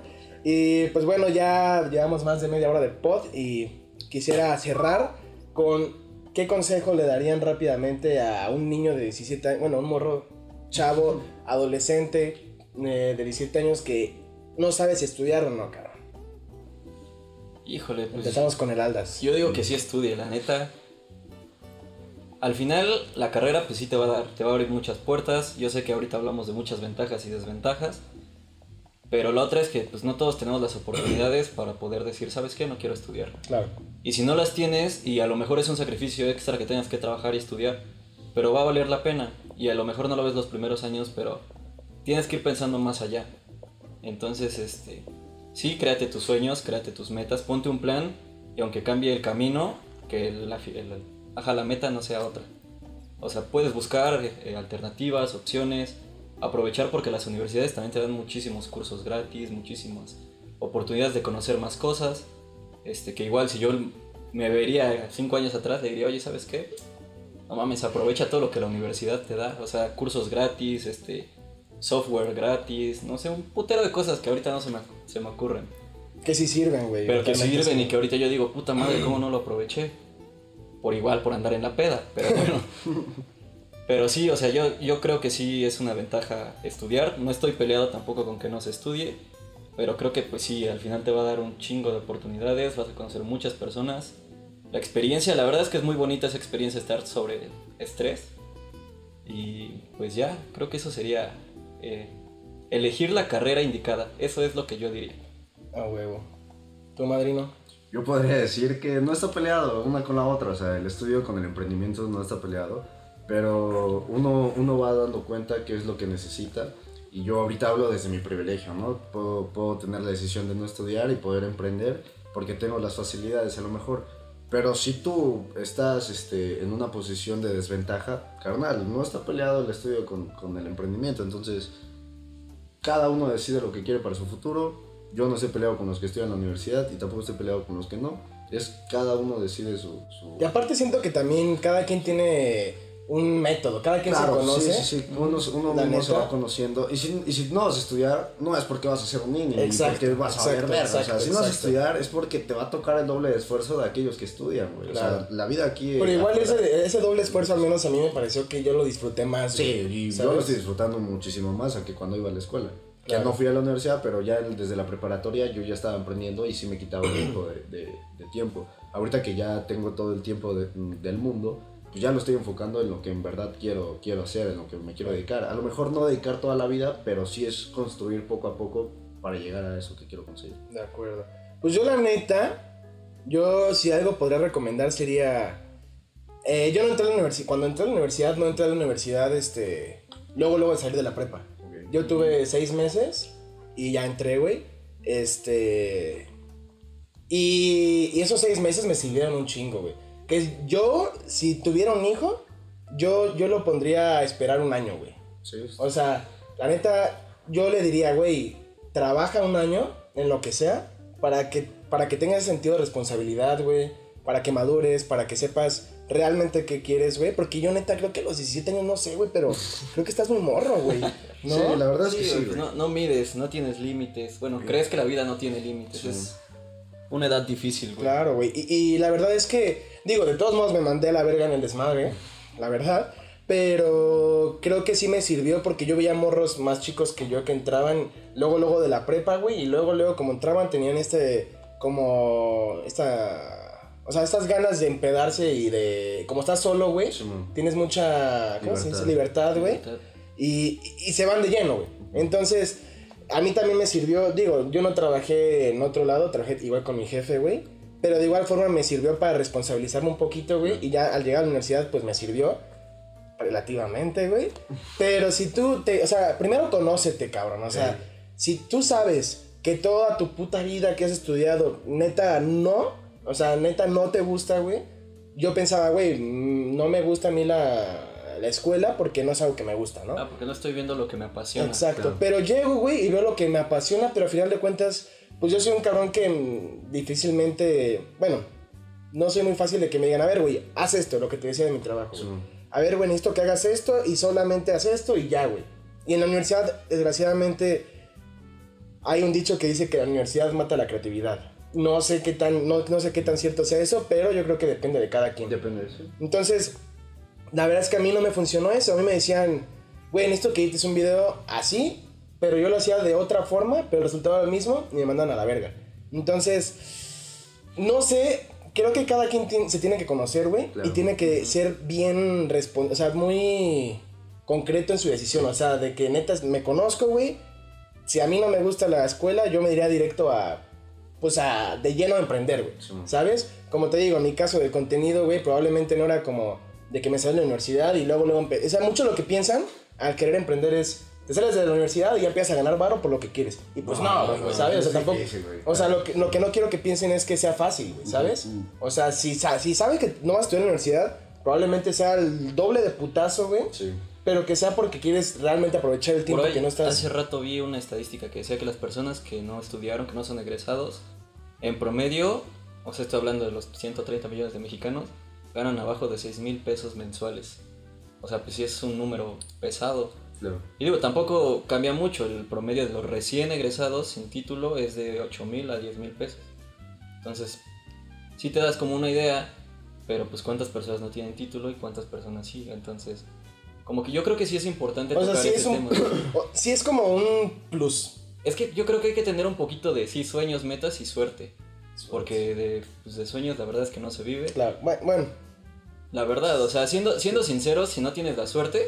Y pues bueno, ya llevamos más de media hora de pod y quisiera cerrar con qué consejo le darían rápidamente a un niño de diecisiete años, bueno, un morro chavo, adolescente eh, de diecisiete años que no sabe si estudiar o no, cabrón.
Híjole, pues
Empezamos con el Aldas.
yo digo que sí estudie, la neta. Al final la carrera pues sí te va a dar, te va a abrir muchas puertas. Yo sé que ahorita hablamos de muchas ventajas y desventajas, pero la otra es que pues no todos tenemos las oportunidades para poder decir, ¿sabes qué? No quiero estudiar.
Claro.
Y si no las tienes, y a lo mejor es un sacrificio extra que tengas que trabajar y estudiar, pero va a valer la pena. Y a lo mejor no lo ves los primeros años, pero tienes que ir pensando más allá. Entonces, este, sí, créate tus sueños, créate tus metas, ponte un plan, y aunque cambie el camino, que la, fi- el- ajá, la meta no sea otra. O sea, puedes buscar eh, alternativas, opciones, aprovechar porque las universidades también te dan muchísimos cursos gratis, muchísimas oportunidades de conocer más cosas. Este, que igual si yo me vería cinco años atrás, le diría, oye, ¿sabes qué? No mames, aprovecha todo lo que la universidad te da. O sea, cursos gratis, este, software gratis, no sé, un putero de cosas que ahorita no se me, se me ocurren.
Que sí sirven, güey.
Pero que
Realmente
sirven
sí.
y que ahorita yo digo, puta madre, ¿cómo no lo aproveché? Por igual, por andar en la peda, pero bueno. Pero sí, o sea, yo, yo creo que sí es una ventaja estudiar. No estoy peleado tampoco con que no se estudie. Pero creo que pues sí, al final te va a dar un chingo de oportunidades, vas a conocer muchas personas. La experiencia, la verdad es que es muy bonita esa experiencia estar sobre estrés. Y pues ya, creo que eso sería eh, elegir la carrera indicada. Eso es lo que yo diría.
A huevo. ¿Tu madrino?
Yo podría decir que no está peleado una con la otra, o sea, el estudio con el emprendimiento no está peleado, pero uno, uno va dando cuenta qué es lo que necesita. Y yo ahorita hablo desde mi privilegio, ¿no? Puedo, puedo tener la decisión de no estudiar y poder emprender porque tengo las facilidades a lo mejor. Pero si tú estás este, en una posición de desventaja, carnal, no está peleado el estudio con, con el emprendimiento. Entonces, cada uno decide lo que quiere para su futuro. Yo no estoy peleado con los que estudian en la universidad y tampoco estoy peleado con los que no. Es cada uno decide su... su...
Y aparte siento que también cada quien tiene un método, cada quien
claro,
se conoce.
Sí, sí, sí. Uno, uno mismo se va conociendo. Y si, y si no vas a estudiar, no es porque vas a ser un niño, exacto, porque vas a ver verga. O sea, si no vas a estudiar es porque te va a tocar el doble de esfuerzo de aquellos que estudian, güey. Claro. O sea, la vida aquí...
Pero igual ese, ese doble esfuerzo al menos a mí me pareció que yo lo disfruté más.
Sí, y ¿sabes? Yo lo estoy disfrutando muchísimo más a que cuando iba a la escuela. Claro. Que no fui a la universidad, pero ya desde la preparatoria yo ya estaba emprendiendo y sí me quitaba un poco de, de, de tiempo. Ahorita que ya tengo todo el tiempo de, del mundo, pues ya lo estoy enfocando en lo que en verdad quiero, quiero hacer, en lo que me quiero dedicar. A lo mejor no dedicar toda la vida, pero sí es construir poco a poco para llegar a eso que quiero conseguir.
De acuerdo. Pues yo la neta, yo si algo podría recomendar sería... Eh, yo no entré a la universidad, cuando entré a la universidad, no entré a la universidad, este... Luego, luego de salir de la prepa. Okay. Yo tuve seis meses y ya entré, güey. Este... Y, y esos seis meses me sirvieron un chingo, güey. Que yo, si tuviera un hijo, yo, yo lo pondría a esperar un año, güey.
Sí,
o sea, la neta, yo le diría, güey, trabaja un año en lo que sea para que, para que tengas ese sentido de responsabilidad, güey. Para que madures, para que sepas realmente qué quieres, güey. Porque yo neta creo que a los diecisiete años, no sé, güey, pero creo que estás muy morro, güey. ¿No?
Sí, la verdad es que sí,
sí no, no mides, no tienes límites. Bueno, sí. Crees que la vida no tiene límites. Sí. Es una edad difícil, güey.
Claro, güey. Y, y la verdad es que, digo, de todos modos me mandé a la verga en el desmadre, la verdad. Pero creo que sí me sirvió porque yo veía morros más chicos que yo que entraban luego, luego de la prepa, güey. Y luego, luego como entraban tenían este, como, esta... O sea, estas ganas de empedarse y de... Como estás solo, güey, sí, tienes mucha... ¿Cómo libertad. se dice? Libertad, güey. Y, y se van de lleno, güey. Entonces, a mí también me sirvió... Digo, yo no trabajé en otro lado, trabajé igual con mi jefe, güey. Pero de igual forma me sirvió para responsabilizarme un poquito, güey. Y ya al llegar a la universidad, pues me sirvió relativamente, güey. Pero si tú te... O sea, primero conócete, cabrón. O sea, sí. Si tú sabes que toda tu puta vida que has estudiado, neta, no... O sea, neta, no te gusta, güey. Yo pensaba, güey, no me gusta a mí la, la escuela porque no es algo que me gusta, ¿no?
Ah, porque no estoy viendo lo que me apasiona.
Exacto, claro. Pero llego, güey, y veo lo que me apasiona, pero al final de cuentas, pues yo soy un cabrón que difícilmente... Bueno, no soy muy fácil de que me digan, a ver, güey, haz esto, lo que te decía de mi trabajo, sí. A ver, güey, necesito que hagas esto y solamente haz esto y ya, güey. Y en la universidad, desgraciadamente, hay un dicho que dice que la universidad mata la creatividad. No sé qué tan, no, no sé qué tan cierto sea eso, pero yo creo que depende de cada quien.
Depende de eso.
Entonces, la verdad es que a mí no me funcionó eso. A mí me decían, güey, necesito que edites un video así, pero yo lo hacía de otra forma, pero el resultado era el mismo y me mandan a la verga. Entonces, no sé, creo que cada quien tiene, se tiene que conocer, güey, claro. Y tiene que ser bien, respon- o sea, muy concreto en su decisión. O sea, de que neta me conozco, güey. Si a mí no me gusta la escuela, yo me iría directo a... Pues a, de lleno a emprender, güey, sí. ¿Sabes? Como te digo, en mi caso del contenido, güey, probablemente no era como de que me salí de la universidad y luego, luego empecé. O sea, mucho lo que piensan al querer emprender es, te sales de la universidad y ya empiezas a ganar varo por lo que quieres. Y pues no, güey, no, no, ¿sabes? O sea, tampoco... Difícil, o sea, lo que, lo que no quiero que piensen es que sea fácil, güey, ¿sabes? Uh-huh. O sea, si, si sabes que no vas a estudiar en la universidad, probablemente sea el doble de putazo, güey. Sí. Pero que sea porque quieres realmente aprovechar el tiempo
hoy,
que no estás...
Hace rato vi una estadística que decía que las personas que no estudiaron, que no son egresados, en promedio, o sea, estoy hablando de los ciento treinta millones de mexicanos, ganan abajo de seis mil pesos mensuales. O sea, pues sí es un número pesado.
Claro.
Y digo, tampoco cambia mucho. El promedio de los recién egresados sin título es de ocho mil a diez mil pesos. Entonces, sí te das como una idea, pero pues cuántas personas no tienen título y cuántas personas sí. Entonces, como que yo creo que sí es importante
o
tocar
sea, sí
ese
es un,
tema.
Sí es como un plus.
Es que yo creo que hay que tener un poquito de, sí, sueños, metas y suerte. Porque de, pues, de sueños la verdad es que no se vive.
Claro, bueno.
La verdad, o sea, siendo, siendo sinceros, si no tienes la suerte...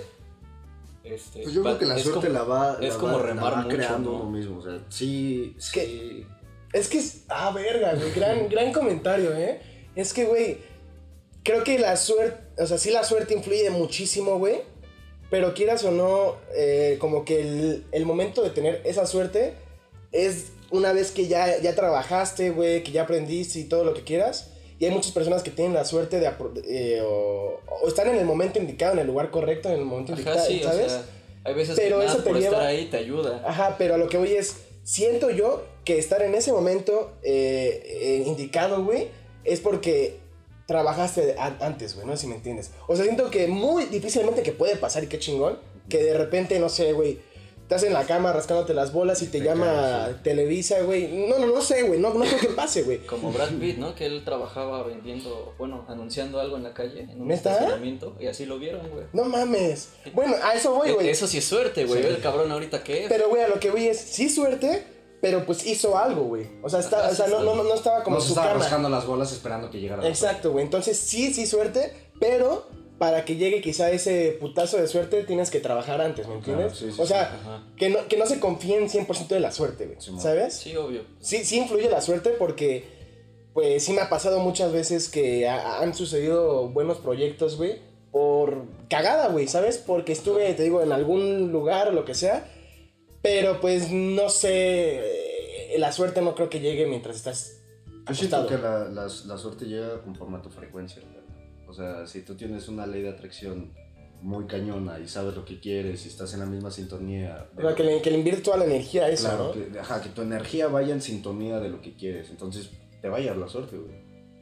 Este,
pues yo
va,
creo que la suerte
como,
la va,
es
la
como
va,
remar
la va
mucho,
creando
¿no?
uno mismo. O sea, sí,
Es
sí.
que, es que es... Ah, verga, güey. Gran, gran comentario, ¿eh? Es que, güey, creo que la suerte... O sea, sí la suerte influye muchísimo, güey. Pero quieras o no, eh, como que el, el momento de tener esa suerte es una vez que ya, ya trabajaste, güey, que ya aprendiste y todo lo que quieras. Y hay muchas personas que tienen la suerte de... Eh, o, o están en el momento indicado, en el lugar correcto, en el momento
Ajá,
indicado,
sí,
¿sabes?
o sea, hay veces
Pero
que
eso
nada
te
por
lleva-
estar ahí te ayuda.
Ajá, pero a lo que voy es, siento yo que estar en ese momento eh, eh, indicado, güey, es porque trabajaste a- antes, güey, no sé si me entiendes. O sea, siento que muy difícilmente que puede pasar y qué chingón, que de repente, no sé, güey, estás en la cama rascándote las bolas y te,
Te
llama
caes, sí.
Televisa, güey. No, no, no sé, güey, no, no creo que pase, güey.
Como Brad Pitt, ¿no? Que él trabajaba vendiendo, bueno, anunciando algo en la calle, en un
¿Neta?
estacionamiento, y así lo vieron, güey.
No mames. Bueno, a eso voy, güey.
Eso sí es suerte, güey.
Sí.
El cabrón ahorita qué es.
Pero, güey, a lo que voy es, sí suerte, pero pues hizo algo, güey. O sea, está,
Ajá,
o sea
sí,
no,
sí.
no, no estaba como
No
en
se
su
estaba
cama.
rascando las bolas esperando que llegara la
Exacto, güey. Entonces, sí, sí, suerte, pero para que llegue quizá ese putazo de suerte tienes que trabajar antes, ¿me entiendes?
Claro, sí, sí,
o
sí.
sea,
Ajá.
que, no, que no se confíen cien por ciento de la suerte, güey,
Sí, mo.
¿sabes?
Sí, obvio.
Sí, sí influye la suerte porque, pues, sí me ha pasado muchas veces que ha- han sucedido buenos proyectos, güey, por cagada, güey, ¿sabes? Porque estuve, te digo, en algún lugar o lo que sea, pero pues no sé, eh, la suerte no creo que llegue mientras estás
Yo siento
acostado.
que la, la, la suerte llega conforme a tu frecuencia, ¿verdad? O sea, si tú tienes una ley de atracción muy cañona y sabes lo que quieres y estás en la misma sintonía...
O sea, que le, que le invierte toda la energía a eso,
Claro,
¿no?
que, ajá, que tu energía vaya en sintonía de lo que quieres, entonces te vaya a la suerte, güey.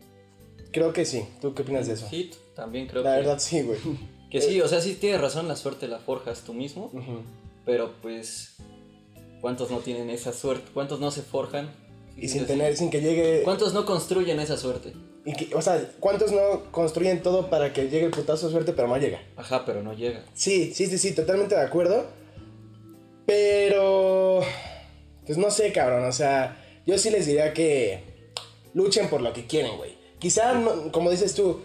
Creo que sí. ¿Tú qué opinas de eso?
Sí, también creo
La
que,
verdad, sí, güey.
que sí, o sea, sí tienes razón, la suerte la forjas tú mismo,
Ujú.
pero pues, ¿cuántos no tienen esa suerte? ¿Cuántos no se forjan?
Y sin tener, sin que llegue...
¿Cuántos no construyen esa suerte?
Y que, o sea, ¿cuántos no construyen todo para que llegue el putazo de suerte, pero no llega?
Ajá, pero no llega.
Sí, sí, sí, sí, totalmente de acuerdo. Pero... Pues no sé, cabrón, o sea, yo sí les diría que luchen por lo que quieren, güey. Quizá, no- como dices tú,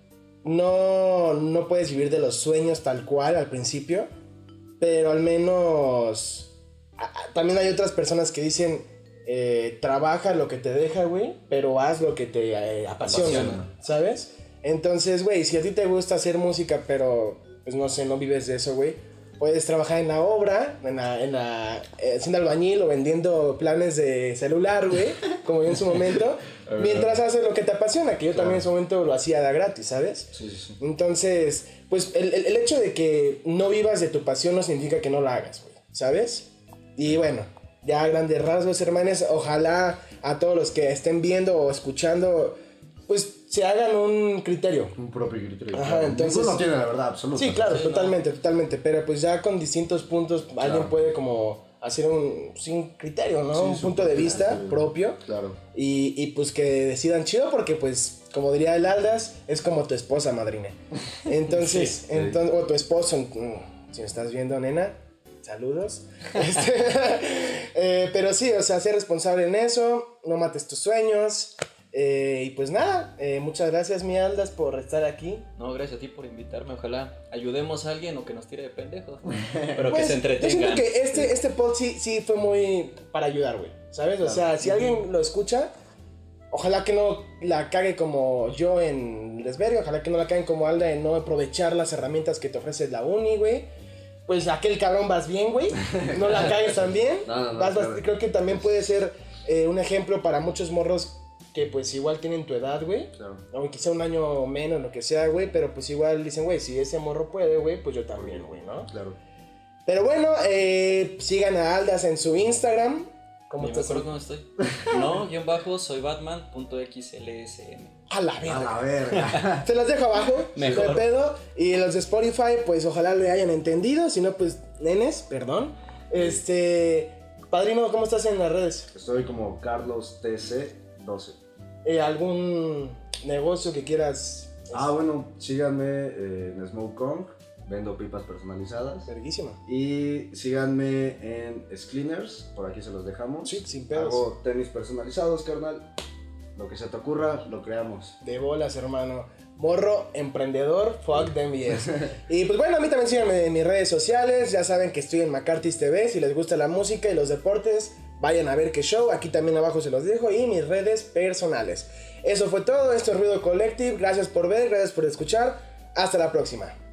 no, no puedes vivir de los sueños tal cual al principio, pero al menos... a- a- También hay otras personas que dicen, eh, trabaja lo que te deja, güey, pero haz lo que te eh, apasiona,
Apasiona.
¿sabes? Entonces, güey, si a ti te gusta hacer música, pero, pues no sé, no vives de eso, güey, puedes trabajar en la obra, en la, en la, eh, siendo albañil o vendiendo planes de celular, güey, como yo en su momento, mientras haces lo que te apasiona, que yo
Claro.
también en su momento lo hacía de gratis, ¿sabes?
Sí, sí, sí.
Entonces, pues el, el- el hecho de que no vivas de tu pasión no significa que no la hagas, güey, ¿sabes? Y bueno, ya a grandes rasgos, hermanos, ojalá a todos los que estén viendo o escuchando, pues se hagan un criterio.
Un propio criterio.
Ajá,
claro.
entonces-
Ninguno tiene la verdad absoluta.
Sí, claro,
Sí, no.
totalmente, totalmente, pero pues ya con distintos puntos alguien
Claro.
puede como hacer un sin criterio, ¿no?
Sí,
un
su
punto de
propio
vista
criterio.
propio.
Claro.
Y, y pues que decidan chido porque pues, como diría el Aldas, es como tu esposa, madrina. Entonces,
Sí, sí.
entonces o tu esposo, mm, si me estás viendo, nena, saludos. Este, eh, pero sí, o sea, ser responsable en eso, no mates tus sueños. eh, y pues nada, eh, muchas gracias, mi Aldas, por estar aquí.
No, gracias a ti por invitarme. Ojalá ayudemos a alguien o que nos tire de pendejos. Pero
Pues,
que se
yo
entretengan.
siento que este, este pod sí, sí fue muy para ayudar, güey. ¿Sabes? O
Claro.
sea, si alguien lo escucha, ojalá que no la cague como yo en Desvergue, ojalá que no la caguen como Alda en no aprovechar las herramientas que te ofrece la uni, güey. Pues aquel cabrón vas bien, güey. No la cagues también.
No, no, no,
Vas bast-
claro.
Creo que también puede ser eh, un ejemplo para muchos morros que pues igual tienen tu edad, güey.
Claro.
O quizá un año menos, lo que sea, güey. Pero pues igual dicen, güey, si ese morro puede, güey, pues yo también, güey, ¿no?
Claro.
Pero bueno, eh, sigan a Aldas en su Instagram. ¿Cómo
Ni me
estás?
acuerdo cómo estoy. No, guión bajo, soy Batman.xlsm.
A la
A
verga.
la verga.
Se las dejo abajo.
Mejor.
No hay pedo. Y los de Spotify, pues ojalá le hayan entendido. Si no, pues, nenes, perdón. Este. Padrino, ¿cómo estás en las redes?
Estoy como Carlos T C doce.
Eh, ¿Algún negocio que quieras?
Ah, bueno, síganme eh, en Smoke Kong. Vendo pipas personalizadas.
Verguísima.
Y síganme en Screeners, por aquí se los dejamos.
Sí, sin pedos.
Hago tenis personalizados, carnal. Lo que se te ocurra, lo creamos.
De bolas, hermano. Morro, emprendedor, fuck them yes. Y pues bueno, a mí también síganme en mis redes sociales. Ya saben que estoy en McCarthy's T V. Si les gusta la música y los deportes, vayan a ver qué show. Aquí también abajo se los dejo. Y mis redes personales. Eso fue todo. Esto es Ruido Collective. Gracias por ver, gracias por escuchar. Hasta la próxima.